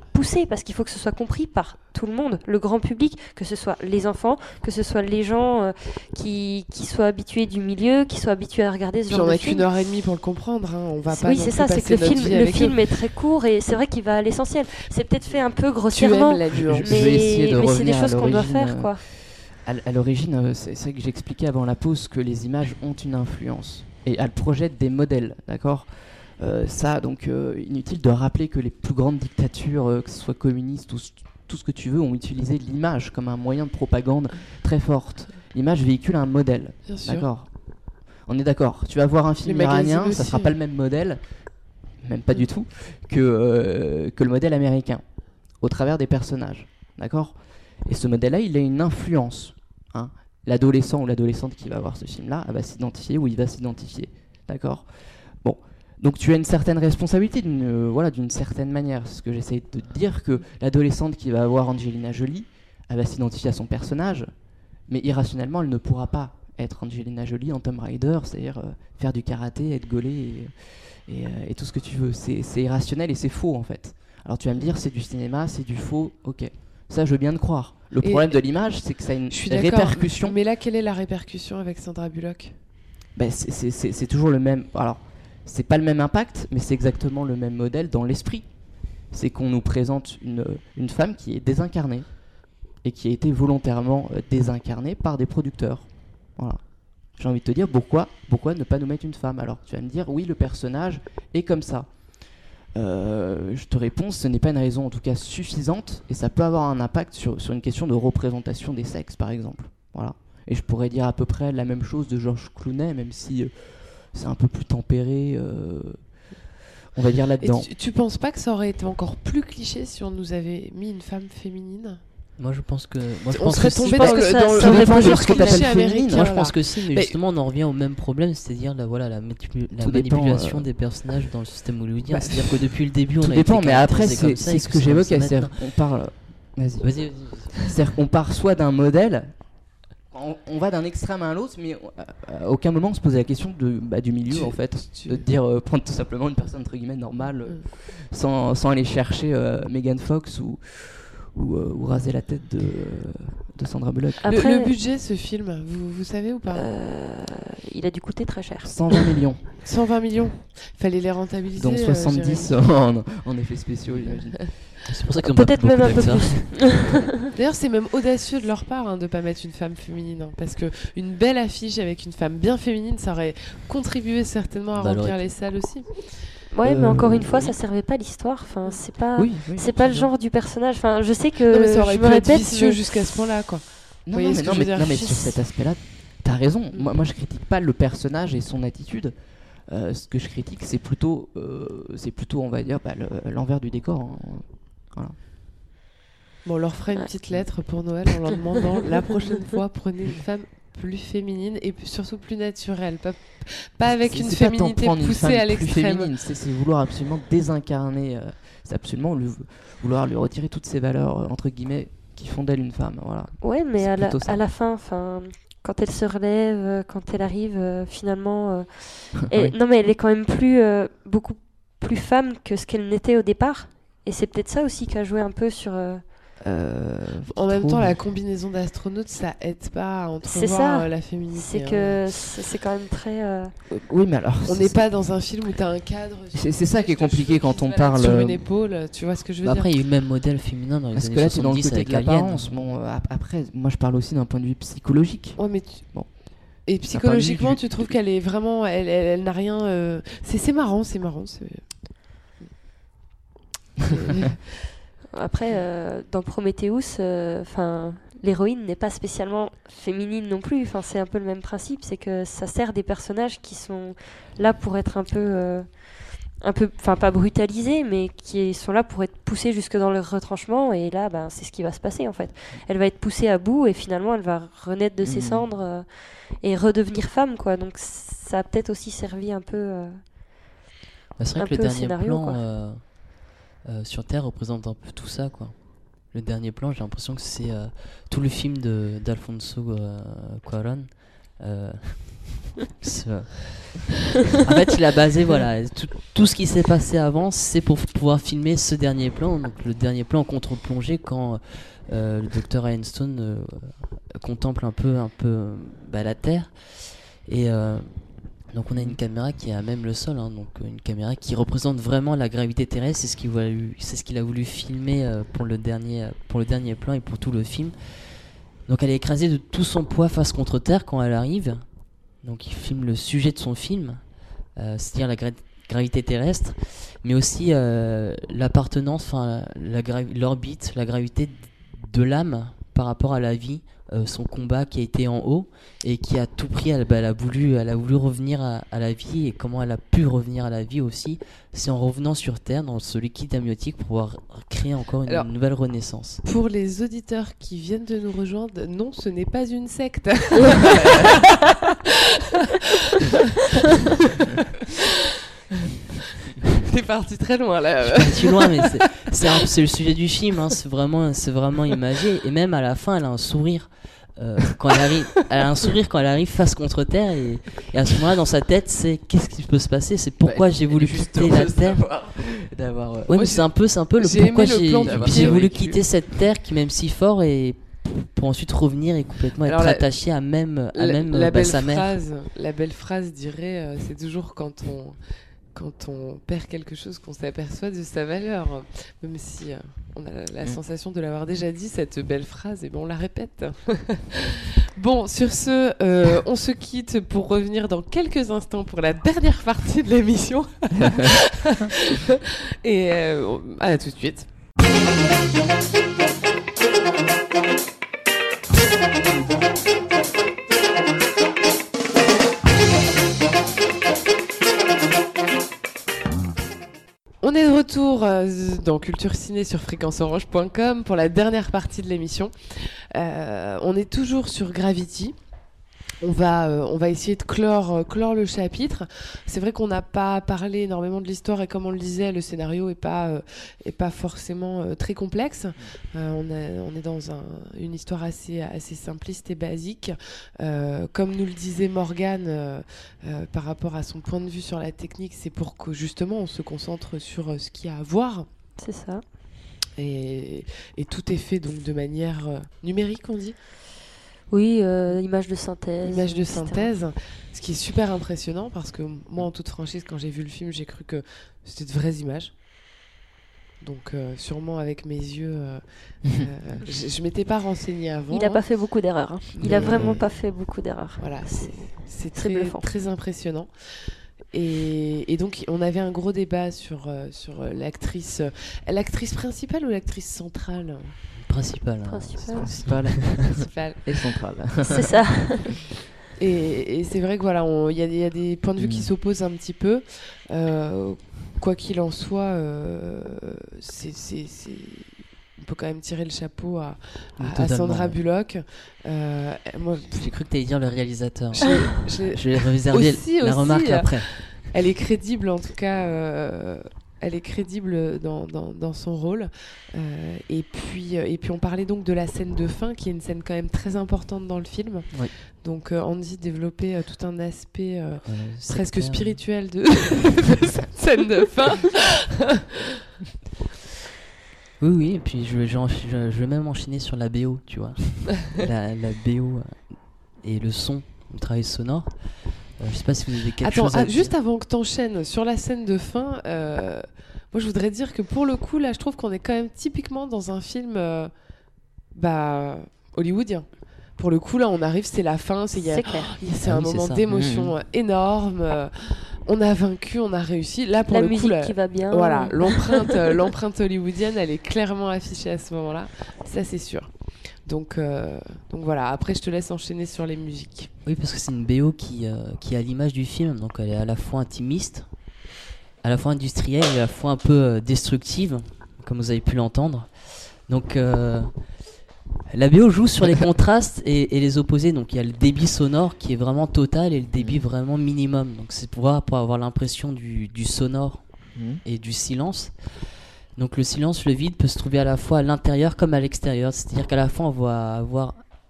[SPEAKER 3] poussé parce qu'il faut que ce soit compris par tout le monde, le grand public, que ce soit les enfants, que ce soit les gens euh, qui, qui soient habitués du milieu, qui soient habitués à regarder ce
[SPEAKER 1] Puis
[SPEAKER 3] genre
[SPEAKER 1] on
[SPEAKER 3] de
[SPEAKER 1] n'a
[SPEAKER 3] film.
[SPEAKER 1] qu'une heure et demie pour le comprendre, hein. On va pas
[SPEAKER 3] Oui,
[SPEAKER 1] non
[SPEAKER 3] c'est
[SPEAKER 1] plus
[SPEAKER 3] ça, c'est
[SPEAKER 1] passer
[SPEAKER 3] que le
[SPEAKER 1] notre
[SPEAKER 3] film,
[SPEAKER 1] vie
[SPEAKER 3] le
[SPEAKER 1] avec
[SPEAKER 3] film
[SPEAKER 1] eux.
[SPEAKER 3] est très court et c'est vrai qu'il va à l'essentiel. C'est peut-être fait un peu
[SPEAKER 1] Tu aimes
[SPEAKER 3] grossièrement,
[SPEAKER 1] la nuance.
[SPEAKER 2] Je
[SPEAKER 3] mais,
[SPEAKER 2] vais essayer de
[SPEAKER 3] mais c'est des
[SPEAKER 2] revenir à
[SPEAKER 3] choses qu'on doit
[SPEAKER 2] l'origine,
[SPEAKER 3] faire, quoi.
[SPEAKER 2] À, l- à l'origine, euh, c'est c'est vrai que j'expliquais avant la pause que les images ont une influence et elles projettent des modèles, d'accord. Euh, ça, donc, euh, inutile de rappeler que les plus grandes dictatures, euh, que ce soit communistes ou s- tout ce que tu veux, ont utilisé l'image comme un moyen de propagande très forte. L'image véhicule un modèle,
[SPEAKER 1] Bien sûr.
[SPEAKER 2] d'accord. On est d'accord. Tu vas voir un film
[SPEAKER 1] Les magazines
[SPEAKER 2] iranien, ça
[SPEAKER 1] aussi.
[SPEAKER 2] sera pas le même modèle, même pas
[SPEAKER 1] Mm.
[SPEAKER 2] du tout, que, euh, que le modèle américain, au travers des personnages, d'accord. Et ce modèle-là, il a une influence. Hein. L'adolescent ou l'adolescente qui va voir ce film-là, elle va s'identifier ou il va s'identifier, d'accord. Bon, donc tu as une certaine responsabilité d'une euh, voilà, d'une certaine manière. C'est ce que j'essaie de te dire, que l'adolescente qui va voir Angelina Jolie, elle va s'identifier à son personnage, mais irrationnellement, elle ne pourra pas être Angelina Jolie en Tomb Raider, c'est-à-dire euh, faire du karaté, être gaulée et, et, euh, et tout ce que tu veux. C'est c'est irrationnel et c'est faux en fait. Alors tu vas me dire, c'est du cinéma, c'est du faux, ok. Ça, je veux bien te croire. Le
[SPEAKER 1] Et-
[SPEAKER 2] problème de l'image, c'est que ça a une
[SPEAKER 1] Je suis d'accord.
[SPEAKER 2] répercussion.
[SPEAKER 1] Mais là, quelle est la répercussion avec Sandra Bullock?
[SPEAKER 2] Ben, c'est- c'est c'est- c'est toujours le même. Alors, c'est pas le même impact, mais c'est exactement le même modèle dans l'esprit. C'est qu'on nous présente une, une femme qui est désincarnée et qui a été volontairement euh, désincarnée par des producteurs. Voilà. J'ai envie de te dire, pourquoi, pourquoi ne pas nous mettre une femme? Alors, tu vas me dire, oui, le personnage est comme ça. Euh, je te réponds, ce n'est pas une raison en tout cas suffisante et ça peut avoir un impact sur, sur une question de représentation des sexes par exemple. Voilà. Et je pourrais dire à peu près la même chose de George Clooney, même si euh, c'est un peu plus tempéré, euh, on va dire
[SPEAKER 1] Et
[SPEAKER 2] là-dedans.
[SPEAKER 1] tu, tu penses pas que ça aurait été encore plus cliché si on nous avait mis une femme féminine?
[SPEAKER 4] Moi je pense que. Moi, je
[SPEAKER 1] On
[SPEAKER 4] pense
[SPEAKER 1] serait
[SPEAKER 4] que si-
[SPEAKER 1] tombé
[SPEAKER 3] pense
[SPEAKER 1] dans
[SPEAKER 3] que
[SPEAKER 1] le,
[SPEAKER 3] ça-
[SPEAKER 1] dans le-
[SPEAKER 3] ça
[SPEAKER 1] dans
[SPEAKER 3] aurait
[SPEAKER 1] le
[SPEAKER 3] pas
[SPEAKER 1] pur
[SPEAKER 2] ce que
[SPEAKER 1] cliché
[SPEAKER 2] t'appelles féminine.
[SPEAKER 1] américain,
[SPEAKER 4] Moi je
[SPEAKER 1] là.
[SPEAKER 4] pense que si, mais,
[SPEAKER 1] Mais-
[SPEAKER 4] justement on en revient au même problème, c'est-à-dire la, voilà, la, manipu- la
[SPEAKER 2] Tout dépend,
[SPEAKER 4] manipulation
[SPEAKER 2] euh,
[SPEAKER 4] des personnages dans le système hollywoodien.
[SPEAKER 1] Bah,
[SPEAKER 4] C'est-à-dire que depuis le début on
[SPEAKER 2] Tout
[SPEAKER 4] a
[SPEAKER 2] dépend,
[SPEAKER 4] été
[SPEAKER 2] mais après
[SPEAKER 4] caractérisé
[SPEAKER 2] c'est
[SPEAKER 4] comme ça
[SPEAKER 2] c'est
[SPEAKER 4] et
[SPEAKER 2] ce
[SPEAKER 4] que
[SPEAKER 2] que
[SPEAKER 4] c'est
[SPEAKER 2] j'évoquais,
[SPEAKER 4] comme ça
[SPEAKER 2] c'est-à-dire
[SPEAKER 4] maintenant.
[SPEAKER 2] qu'on parle. Vas-y.
[SPEAKER 4] Vas-y, vas-y.
[SPEAKER 2] C'est-à-dire qu'on part soit d'un modèle, on, on va d'un extrême à l'autre, mais euh, à aucun moment on se pose la question de, bah, du milieu
[SPEAKER 1] Tu-
[SPEAKER 2] en fait.
[SPEAKER 1] tu-
[SPEAKER 2] De te dire, euh, prendre tout simplement une personne entre guillemets normale, euh,
[SPEAKER 1] Mm.
[SPEAKER 2] sans, sans aller chercher euh, Megan Fox ou, ou, euh, ou raser la tête de, de Sandra Bullock.
[SPEAKER 3] Ah.
[SPEAKER 1] Le,
[SPEAKER 3] Après-
[SPEAKER 1] le budget de ce film, vous, vous savez ou pas?
[SPEAKER 3] Euh, il a dû coûter très cher.
[SPEAKER 2] cent vingt millions,
[SPEAKER 1] cent vingt millions. Fallait les rentabiliser.
[SPEAKER 2] dont
[SPEAKER 1] euh,
[SPEAKER 2] soixante-dix
[SPEAKER 1] Jérémy.
[SPEAKER 2] en, en effets spéciaux, j'imagine.
[SPEAKER 4] C'est pour ça qu'ils ont pas
[SPEAKER 3] Peut-être
[SPEAKER 4] beaucoup
[SPEAKER 3] même un peu
[SPEAKER 4] d'acteurs.
[SPEAKER 3] plus.
[SPEAKER 1] D'ailleurs, c'est même audacieux de leur part hein, de pas mettre une femme féminine, hein, parce que une belle affiche avec une femme bien féminine, ça aurait contribué certainement à
[SPEAKER 4] Bah,
[SPEAKER 1] remplir
[SPEAKER 4] alors-
[SPEAKER 1] les salles aussi.
[SPEAKER 3] Ouais, mais
[SPEAKER 2] Euh,
[SPEAKER 3] encore une fois,
[SPEAKER 2] oui.
[SPEAKER 3] ça servait pas à l'histoire. Enfin, c'est pas,
[SPEAKER 2] Oui, oui.
[SPEAKER 3] c'est pas le
[SPEAKER 2] absolument.
[SPEAKER 3] genre du personnage. Enfin, je sais que
[SPEAKER 1] Non, mais ça aurait
[SPEAKER 3] je
[SPEAKER 1] pu
[SPEAKER 3] me
[SPEAKER 1] être
[SPEAKER 3] répète,
[SPEAKER 1] vicieux
[SPEAKER 3] mais-
[SPEAKER 1] jusqu'à ce point-là, quoi.
[SPEAKER 2] Non,
[SPEAKER 1] voyez
[SPEAKER 2] non,
[SPEAKER 1] ce
[SPEAKER 2] mais,
[SPEAKER 1] que
[SPEAKER 2] non,
[SPEAKER 1] je
[SPEAKER 2] mais,
[SPEAKER 1] veux dire
[SPEAKER 2] non, mais
[SPEAKER 3] Je
[SPEAKER 2] sur
[SPEAKER 3] sais-
[SPEAKER 2] cet aspect-là, t'as raison.
[SPEAKER 1] Mm.
[SPEAKER 2] Moi, moi, je critique pas le personnage et son attitude. Euh, ce que je critique, c'est plutôt, euh, c'est plutôt, on va dire, bah, le- l'envers du décor. Hein.
[SPEAKER 1] Bon, on leur fera une petite lettre pour Noël en leur demandant la prochaine fois, prenez une femme plus féminine et puis surtout plus naturelle. Pas, pas avec
[SPEAKER 2] C'est-
[SPEAKER 1] une
[SPEAKER 2] c'est pas tant
[SPEAKER 1] féminité
[SPEAKER 2] prendre une
[SPEAKER 1] poussée
[SPEAKER 2] femme
[SPEAKER 1] à
[SPEAKER 2] plus
[SPEAKER 1] l'extrême.
[SPEAKER 2] féminine, C'est c'est vouloir absolument désincarner. euh, c'est absolument lui- vouloir lui retirer toutes ses valeurs, euh, entre guillemets, qui font d'elle une femme. Voilà.
[SPEAKER 3] Ouais, mais
[SPEAKER 2] C'est
[SPEAKER 3] à la,
[SPEAKER 2] plutôt ça.
[SPEAKER 3] à la fin, enfin, quand elle se relève, euh, quand elle arrive, euh, finalement, euh, elle-
[SPEAKER 2] Oui.
[SPEAKER 3] non mais elle est quand même plus, euh, beaucoup plus femme que ce qu'elle n'était au départ. Et c'est peut-être ça aussi qui a joué un peu sur. euh,
[SPEAKER 2] Euh,
[SPEAKER 1] En
[SPEAKER 2] je
[SPEAKER 1] même temps,
[SPEAKER 2] trouve-
[SPEAKER 1] la combinaison d'astronautes, ça aide pas à
[SPEAKER 3] C'est
[SPEAKER 1] entrevoir
[SPEAKER 3] ça.
[SPEAKER 1] euh, la féminité.
[SPEAKER 3] C'est
[SPEAKER 1] hein.
[SPEAKER 3] que c'est c'est quand même très. euh,
[SPEAKER 2] Oui, mais alors.
[SPEAKER 1] On
[SPEAKER 2] c'est-
[SPEAKER 1] n'est pas dans un film où tu as un cadre. sur
[SPEAKER 2] C'est-
[SPEAKER 1] une
[SPEAKER 2] c'est ça qui est
[SPEAKER 1] flèche de
[SPEAKER 2] compliqué
[SPEAKER 1] cheveux
[SPEAKER 2] quand
[SPEAKER 1] qui se
[SPEAKER 2] on
[SPEAKER 1] balade
[SPEAKER 2] parle,
[SPEAKER 1] Sur
[SPEAKER 2] euh,
[SPEAKER 1] une épaule, tu vois ce que je veux
[SPEAKER 4] Bah,
[SPEAKER 1] dire.
[SPEAKER 4] après, il y a eu le même modèle féminin dans les
[SPEAKER 2] Parce que
[SPEAKER 4] années
[SPEAKER 2] là, tu es dans le
[SPEAKER 4] soixante-dix
[SPEAKER 2] côté
[SPEAKER 4] avec
[SPEAKER 2] de
[SPEAKER 4] Alien.
[SPEAKER 2] l'apparence. Bon, euh, ap- après, moi, je parle aussi d'un point de vue psychologique.
[SPEAKER 1] Ouais, mais tu-
[SPEAKER 2] Bon.
[SPEAKER 1] Et psychologiquement,
[SPEAKER 2] du-
[SPEAKER 1] tu trouves qu'elle est vraiment. Elle, elle, elle n'a rien. euh, C'est c'est marrant, c'est marrant. c'est-
[SPEAKER 3] Après, euh, dans Prometheus, euh, enfin, l'héroïne n'est pas spécialement féminine non plus. Enfin, c'est un peu le même principe, c'est que ça sert des personnages qui sont là pour être un peu, euh, un peu, enfin pas brutalisés, mais qui sont là pour être poussés jusque dans leur retranchement. Et là, ben, c'est ce qui va se passer en fait. Elle va être poussée à bout et finalement, elle va renaître de ses
[SPEAKER 2] Mhm.
[SPEAKER 3] cendres euh, et redevenir femme, quoi. Donc, ça a peut-être aussi servi un peu. euh,
[SPEAKER 4] Bah, c'est
[SPEAKER 3] un
[SPEAKER 4] vrai que le
[SPEAKER 3] peu au
[SPEAKER 4] dernier
[SPEAKER 3] scénario,
[SPEAKER 4] plan
[SPEAKER 3] quoi.
[SPEAKER 4] euh, euh, sur Terre représente un peu tout ça, quoi. Le dernier plan, j'ai l'impression que c'est euh, tout le film de d'Alfonso euh, Cuarón. Euh, En fait, il a basé voilà tout, tout ce qui s'est passé avant, c'est pour pouvoir filmer ce dernier plan. Donc le dernier plan en contre-plongée quand euh, le docteur Einstein euh, contemple un peu, un peu bah, la Terre. Et euh, donc on a une caméra qui est à même le sol, hein, donc une caméra qui représente vraiment la gravité terrestre. C'est ce qu'il voulu, c'est ce qu'il a voulu filmer euh, pour le dernier, pour le dernier plan et pour tout le film. Donc elle est écrasée de tout son poids face contre terre quand elle arrive. Donc il filme le sujet de son film, euh, c'est-à-dire la gra- gravité terrestre, mais aussi euh, l'appartenance, enfin la gra- l'orbite, la gravité de l'âme par rapport à la vie, euh, son combat qui a été en haut et qui a tout pris. Elle, bah, elle a voulu, elle a voulu revenir à, à la vie, et comment elle a pu revenir à la vie aussi, c'est en revenant sur Terre dans ce liquide amniotique pour pouvoir créer encore une
[SPEAKER 1] Alors,
[SPEAKER 4] nouvelle renaissance.
[SPEAKER 1] Pour les auditeurs qui viennent de nous rejoindre, non, ce n'est pas une secte. T'es parti très loin là.
[SPEAKER 4] Je suis parti loin, mais c'est, c'est, un- c'est le sujet du film, hein, c'est vraiment, c'est vraiment imagé. Et même à la fin, elle a un sourire. Euh, quand elle arrive, elle a un sourire quand elle arrive face contre terre, et, et à ce moment-là, dans sa tête, c'est qu'est-ce qui peut se passer, c'est pourquoi
[SPEAKER 1] Ouais,
[SPEAKER 4] j'ai voulu quitter la terre.
[SPEAKER 2] D'avoir, euh,
[SPEAKER 4] Ouais,
[SPEAKER 1] Moi,
[SPEAKER 4] mais
[SPEAKER 1] j'ai-
[SPEAKER 4] c'est un peu, c'est un peu le
[SPEAKER 1] j'ai aimé
[SPEAKER 4] pourquoi
[SPEAKER 1] le
[SPEAKER 4] j'ai,
[SPEAKER 1] plan du
[SPEAKER 4] j'ai
[SPEAKER 1] pied,
[SPEAKER 4] voulu
[SPEAKER 1] oui.
[SPEAKER 4] quitter cette terre qui m'aime si fort, et pour, pour ensuite revenir et complètement
[SPEAKER 1] Alors,
[SPEAKER 4] être
[SPEAKER 1] la-
[SPEAKER 4] attaché à même, à
[SPEAKER 1] La,
[SPEAKER 4] même
[SPEAKER 1] la
[SPEAKER 4] bah,
[SPEAKER 1] belle
[SPEAKER 4] sa mère.
[SPEAKER 1] phrase, la belle phrase dirait, euh, c'est toujours quand on quand on perd quelque chose qu'on s'aperçoit de sa valeur. Même si euh, on a la, la
[SPEAKER 2] Mm.
[SPEAKER 1] sensation de l'avoir déjà dit, cette belle phrase, et ben on la répète. Bon, sur ce, euh, on se quitte pour revenir dans quelques instants pour la dernière partie de l'émission. Et euh, à tout de suite. On est de retour euh, dans Culture Ciné sur fréquence orange point com pour la dernière partie de l'émission. Euh, on est toujours sur Gravity. On va, euh, on va essayer de clore, euh, clore le chapitre. C'est vrai qu'on n'a pas parlé énormément de l'histoire, et comme on le disait, le scénario n'est pas, euh, est pas forcément euh, très complexe. Euh, on, a- on est dans un- une histoire assez, assez simpliste et basique. Euh, comme nous le disait Morgane, euh, euh, par rapport à son point de vue sur la technique, c'est pour que justement on se concentre sur euh, ce qu'il y a à voir.
[SPEAKER 3] C'est ça.
[SPEAKER 1] Et, et tout est fait donc de manière euh, numérique, on dit.
[SPEAKER 3] Oui, euh, image de synthèse.
[SPEAKER 1] Image de
[SPEAKER 3] et cetera.
[SPEAKER 1] synthèse, ce qui est super impressionnant parce que moi, en toute franchise, quand j'ai vu le film, j'ai cru que c'était de vraies images. Donc, euh, sûrement avec mes yeux, euh, euh, je, je m'étais pas renseignée avant.
[SPEAKER 3] Il n'a
[SPEAKER 1] hein.
[SPEAKER 3] pas fait beaucoup d'erreurs. hein. Il
[SPEAKER 1] Mais,
[SPEAKER 3] a vraiment
[SPEAKER 1] euh,
[SPEAKER 3] pas fait beaucoup d'erreurs.
[SPEAKER 1] Voilà, c'est c'est
[SPEAKER 3] très
[SPEAKER 1] très,
[SPEAKER 3] bluffant.
[SPEAKER 1] très impressionnant. Et, et donc, on avait un gros débat sur, euh, sur euh, l'actrice, euh, l'actrice principale ou l'actrice centrale
[SPEAKER 4] Principal. hein.
[SPEAKER 3] Principal.
[SPEAKER 2] principal
[SPEAKER 1] Principale.
[SPEAKER 2] et central.
[SPEAKER 3] C'est ça.
[SPEAKER 1] Et, et c'est vrai que voilà, on- il y, a des- il y a des points de vue qui
[SPEAKER 2] Mm.
[SPEAKER 1] s'opposent un petit peu. Euh, quoi qu'il en soit, euh, c'est, c'est- c'est- on peut quand même tirer le chapeau à, à- à
[SPEAKER 4] Totalement,
[SPEAKER 1] Sandra
[SPEAKER 4] ouais.
[SPEAKER 1] Bullock. Euh, moi,
[SPEAKER 4] J'ai cru que tu allais dire le réalisateur.
[SPEAKER 1] je- je-
[SPEAKER 4] Je vais réserver
[SPEAKER 1] Aussi,
[SPEAKER 4] la
[SPEAKER 1] aussi,
[SPEAKER 4] remarque
[SPEAKER 1] euh,
[SPEAKER 4] après.
[SPEAKER 1] elle est crédible en tout cas. euh, elle est crédible dans, dans, dans son rôle. Euh, et, puis, et puis on parlait donc de la scène de fin, qui est une scène quand même très importante dans le film.
[SPEAKER 4] Oui.
[SPEAKER 1] Donc euh, Andy développait euh, tout un aspect euh,
[SPEAKER 4] Euh, c'est
[SPEAKER 1] presque
[SPEAKER 4] clair.
[SPEAKER 1] spirituel de, de cette scène de fin.
[SPEAKER 4] Oui, oui, et puis je vais, je, je- je vais même enchaîner sur la B O, tu vois. la, la B O euh, et le son, le travail sonore. Euh, je sais pas si vous avez quelque
[SPEAKER 1] Attends,
[SPEAKER 4] chose à
[SPEAKER 1] ah,
[SPEAKER 4] dire.
[SPEAKER 1] juste avant que tu enchaînes sur la scène de fin, euh, moi je voudrais dire que pour le coup, là, je trouve qu'on est quand même typiquement dans un film euh, bah, hollywoodien. Pour le coup, là, on arrive, c'est la fin, c'est, il y a-
[SPEAKER 3] C'est clair.
[SPEAKER 1] c'est
[SPEAKER 4] Ah
[SPEAKER 1] un
[SPEAKER 4] oui, c'est
[SPEAKER 1] moment
[SPEAKER 4] ça.
[SPEAKER 1] d'émotion
[SPEAKER 2] Mhm.
[SPEAKER 1] euh, énorme. euh, on a vaincu, on a réussi. Là, pour
[SPEAKER 3] La
[SPEAKER 1] le
[SPEAKER 3] musique
[SPEAKER 1] coup, là,
[SPEAKER 3] qui va bien.
[SPEAKER 1] voilà, l'empreinte, euh, l'empreinte hollywoodienne, elle est clairement affichée à ce moment-là. Ça, c'est sûr. Donc, euh, donc voilà. Après, je te laisse enchaîner sur les musiques.
[SPEAKER 4] Oui, parce que c'est une B O qui, euh, qui est à l'image du film, donc elle est à la fois intimiste, à la fois industrielle et à la fois un peu euh, destructive, comme vous avez pu l'entendre. Donc euh, la B O joue sur les contrastes et, et les opposés, donc il y a le débit sonore qui est vraiment total et le débit vraiment minimum, donc c'est pour, avoir- pour avoir l'impression du, du sonore
[SPEAKER 2] Mhm.
[SPEAKER 4] et du silence. Donc le silence, le vide peut se trouver à la fois à l'intérieur comme à l'extérieur, c'est-à-dire qu'à la fois on va avoir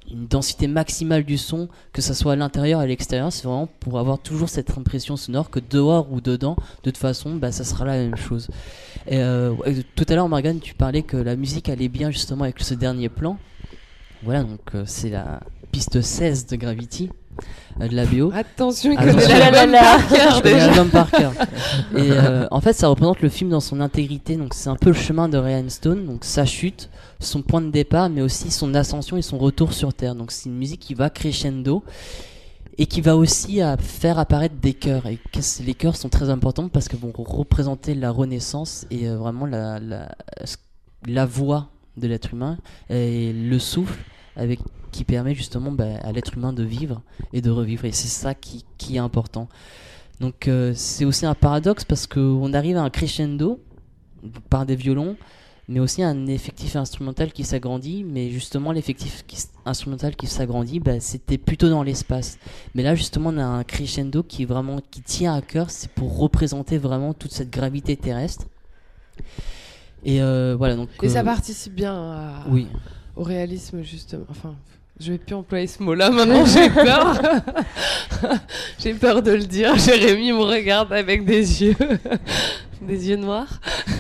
[SPEAKER 4] une densité maximale du son, que ça soit à l'intérieur et à l'extérieur. C'est vraiment pour avoir toujours cette impression sonore que dehors ou dedans, de toute façon, bah, ça sera la même chose. Et, euh, tout à l'heure, Morgane, tu parlais que la musique allait bien justement avec ce dernier plan. Voilà, donc euh, c'est la piste seize de Gravity, euh, de la B O.
[SPEAKER 1] Attention, il
[SPEAKER 4] Attention.
[SPEAKER 1] connaît l'album par cœur
[SPEAKER 4] Je connais
[SPEAKER 1] déjà.
[SPEAKER 4] l'album par cœur. Et euh, en fait, ça représente le film dans son intégrité. Donc, c'est un peu le chemin de Ryan Stone. Donc, sa chute, son point de départ, mais aussi son ascension et son retour sur Terre. Donc, c'est une musique qui va crescendo et qui va aussi à faire apparaître des chœurs. Et les chœurs sont très importants parce qu'ils vont représenter la renaissance et euh, vraiment la, la, la voix de l'être humain et le souffle avec qui permet justement bah, à l'être humain de vivre et de revivre, et c'est ça qui, qui est important. Donc euh, c'est aussi un paradoxe parce qu'on arrive à un crescendo par des violons, mais aussi un effectif instrumental qui s'agrandit, mais justement l'effectif qui, instrumental qui s'agrandit, bah, c'était plutôt dans l'espace. Mais là justement on a un crescendo qui, est vraiment, qui tient à cœur, c'est pour représenter vraiment toute cette gravité terrestre. Et euh, voilà, donc,
[SPEAKER 1] Et
[SPEAKER 4] euh,
[SPEAKER 1] ça participe bien à...
[SPEAKER 4] oui.
[SPEAKER 1] au réalisme, justement. Enfin, je vais plus employer ce mot-là maintenant, j'ai peur. J'ai peur de le dire. Jérémy me regarde avec des yeux, des yeux noirs.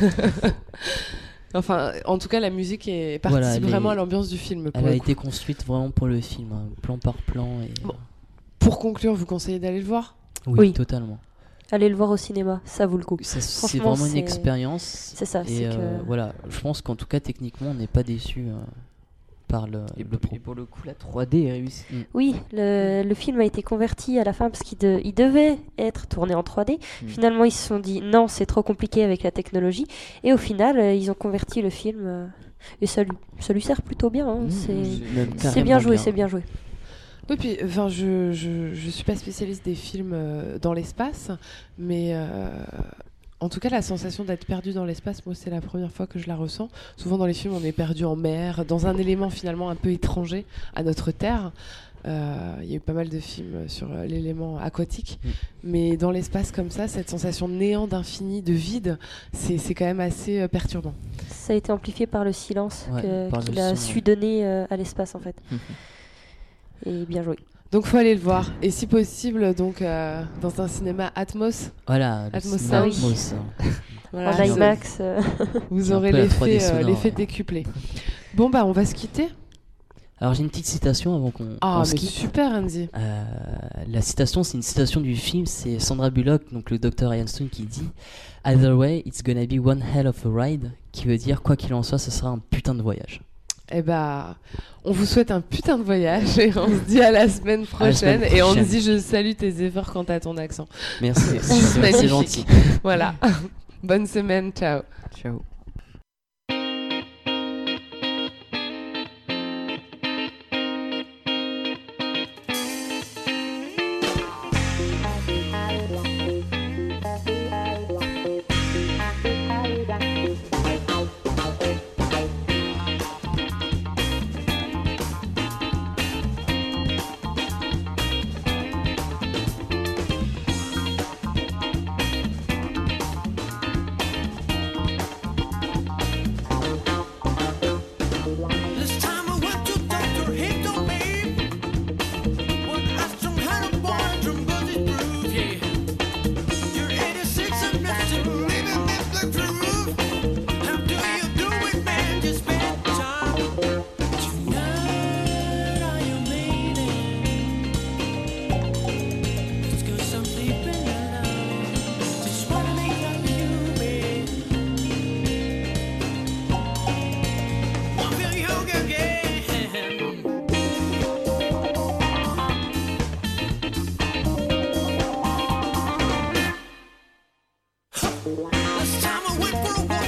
[SPEAKER 1] Enfin, en tout cas, la musique est, participe
[SPEAKER 4] Voilà,
[SPEAKER 1] vraiment
[SPEAKER 4] est,
[SPEAKER 1] à l'ambiance du film. Pour
[SPEAKER 4] elle a
[SPEAKER 1] le
[SPEAKER 4] été
[SPEAKER 1] coup.
[SPEAKER 4] construite vraiment pour le film, hein, plan par plan. Et...
[SPEAKER 1] Bon. Pour conclure, vous conseillez d'aller le voir ?
[SPEAKER 4] Oui,
[SPEAKER 3] Oui.
[SPEAKER 4] totalement.
[SPEAKER 3] Allez le voir au cinéma, ça vaut le coup.
[SPEAKER 4] Ça, c'est
[SPEAKER 3] Franchement,
[SPEAKER 4] vraiment une
[SPEAKER 3] c'est-
[SPEAKER 4] expérience.
[SPEAKER 3] C'est ça,
[SPEAKER 4] Et
[SPEAKER 3] c'est
[SPEAKER 4] euh,
[SPEAKER 3] que...
[SPEAKER 4] voilà, je pense qu'en tout cas, techniquement, on n'est pas déçu euh, par le,
[SPEAKER 2] Et,
[SPEAKER 4] le
[SPEAKER 2] pour,
[SPEAKER 4] pro.
[SPEAKER 2] et pour le coup, la trois D est réussie.
[SPEAKER 3] Oui, le, le film a été converti à la fin parce qu'il de- il devait être tourné en trois D.
[SPEAKER 2] Mm.
[SPEAKER 3] Finalement, ils se sont dit non, c'est trop compliqué avec la technologie. Et au final, euh, ils ont converti le film euh, et ça lui, ça lui sert plutôt bien. hein.
[SPEAKER 2] Mmh,
[SPEAKER 3] C'est-
[SPEAKER 2] même
[SPEAKER 3] c'est
[SPEAKER 4] carrément
[SPEAKER 3] bien joué,
[SPEAKER 4] bien.
[SPEAKER 3] c'est bien joué.
[SPEAKER 1] Oui, puis, enfin, je, je, je suis pas spécialiste des films euh, dans l'espace, mais euh, en tout cas, la sensation d'être perdu dans l'espace, moi, c'est la première fois que je la ressens. Souvent, dans les films, on est perdu en mer, dans un élément finalement un peu étranger à notre Terre. Euh, Il y a eu pas mal de films sur euh, l'élément aquatique,
[SPEAKER 4] Mm.
[SPEAKER 1] mais dans l'espace comme ça, cette sensation de néant, d'infini, de vide, c'est c'est quand même assez euh, perturbant.
[SPEAKER 3] Ça a été amplifié par le silence
[SPEAKER 4] Ouais,
[SPEAKER 3] que-
[SPEAKER 4] par le
[SPEAKER 3] qu'il a
[SPEAKER 4] son,
[SPEAKER 3] su
[SPEAKER 4] ouais.
[SPEAKER 3] donner euh, à l'espace en fait. Et bien joué.
[SPEAKER 1] Donc, faut aller le voir, et si possible, donc euh, dans un cinéma Atmos.
[SPEAKER 4] Voilà, le
[SPEAKER 1] Atmos
[SPEAKER 4] cinéma
[SPEAKER 3] Sound.
[SPEAKER 4] Atmos, hein.
[SPEAKER 1] Voilà,
[SPEAKER 3] en
[SPEAKER 1] vous-
[SPEAKER 3] IMAX. euh,
[SPEAKER 1] Vous
[SPEAKER 4] C'est un
[SPEAKER 1] aurez
[SPEAKER 4] peu la trois D
[SPEAKER 1] l'effet euh,
[SPEAKER 4] sonore,
[SPEAKER 1] l'effet
[SPEAKER 4] ouais.
[SPEAKER 1] décuplé. Bon, bah, on va se quitter.
[SPEAKER 4] Alors j'ai une petite citation avant qu'on
[SPEAKER 1] Ah,
[SPEAKER 4] qu'on se
[SPEAKER 1] mais
[SPEAKER 4] quitte.
[SPEAKER 1] super, Andy.
[SPEAKER 4] Euh, la citation, c'est une citation du film, c'est Sandra Bullock, donc le docteur Ryan Stone, qui dit "Either way, it's gonna be one hell of a ride", qui veut dire quoi qu'il en soit, ce sera un putain de voyage.
[SPEAKER 1] Eh bah, on vous souhaite un putain de voyage et on se dit à la semaine
[SPEAKER 4] À la
[SPEAKER 1] prochaine.
[SPEAKER 4] semaine
[SPEAKER 1] Et on
[SPEAKER 4] prochaine.
[SPEAKER 1] dit je salue tes efforts quant à ton accent.
[SPEAKER 4] Merci,
[SPEAKER 1] C'est magnifique.
[SPEAKER 4] c'est gentil.
[SPEAKER 1] Voilà. Bonne semaine, ciao.
[SPEAKER 2] Ciao.
[SPEAKER 5] This time I went to doctor, he told me one Armstrong had a boy from Buzzy's Groove, yeah. You're eighty-six and you're still living this black groove. How do you do it, man? You spend time. Tonight I am waiting. It's 'cause I'm sleeping alone. Just wanna make love to you, babe. Wanna feel young again. This time I went for a walk.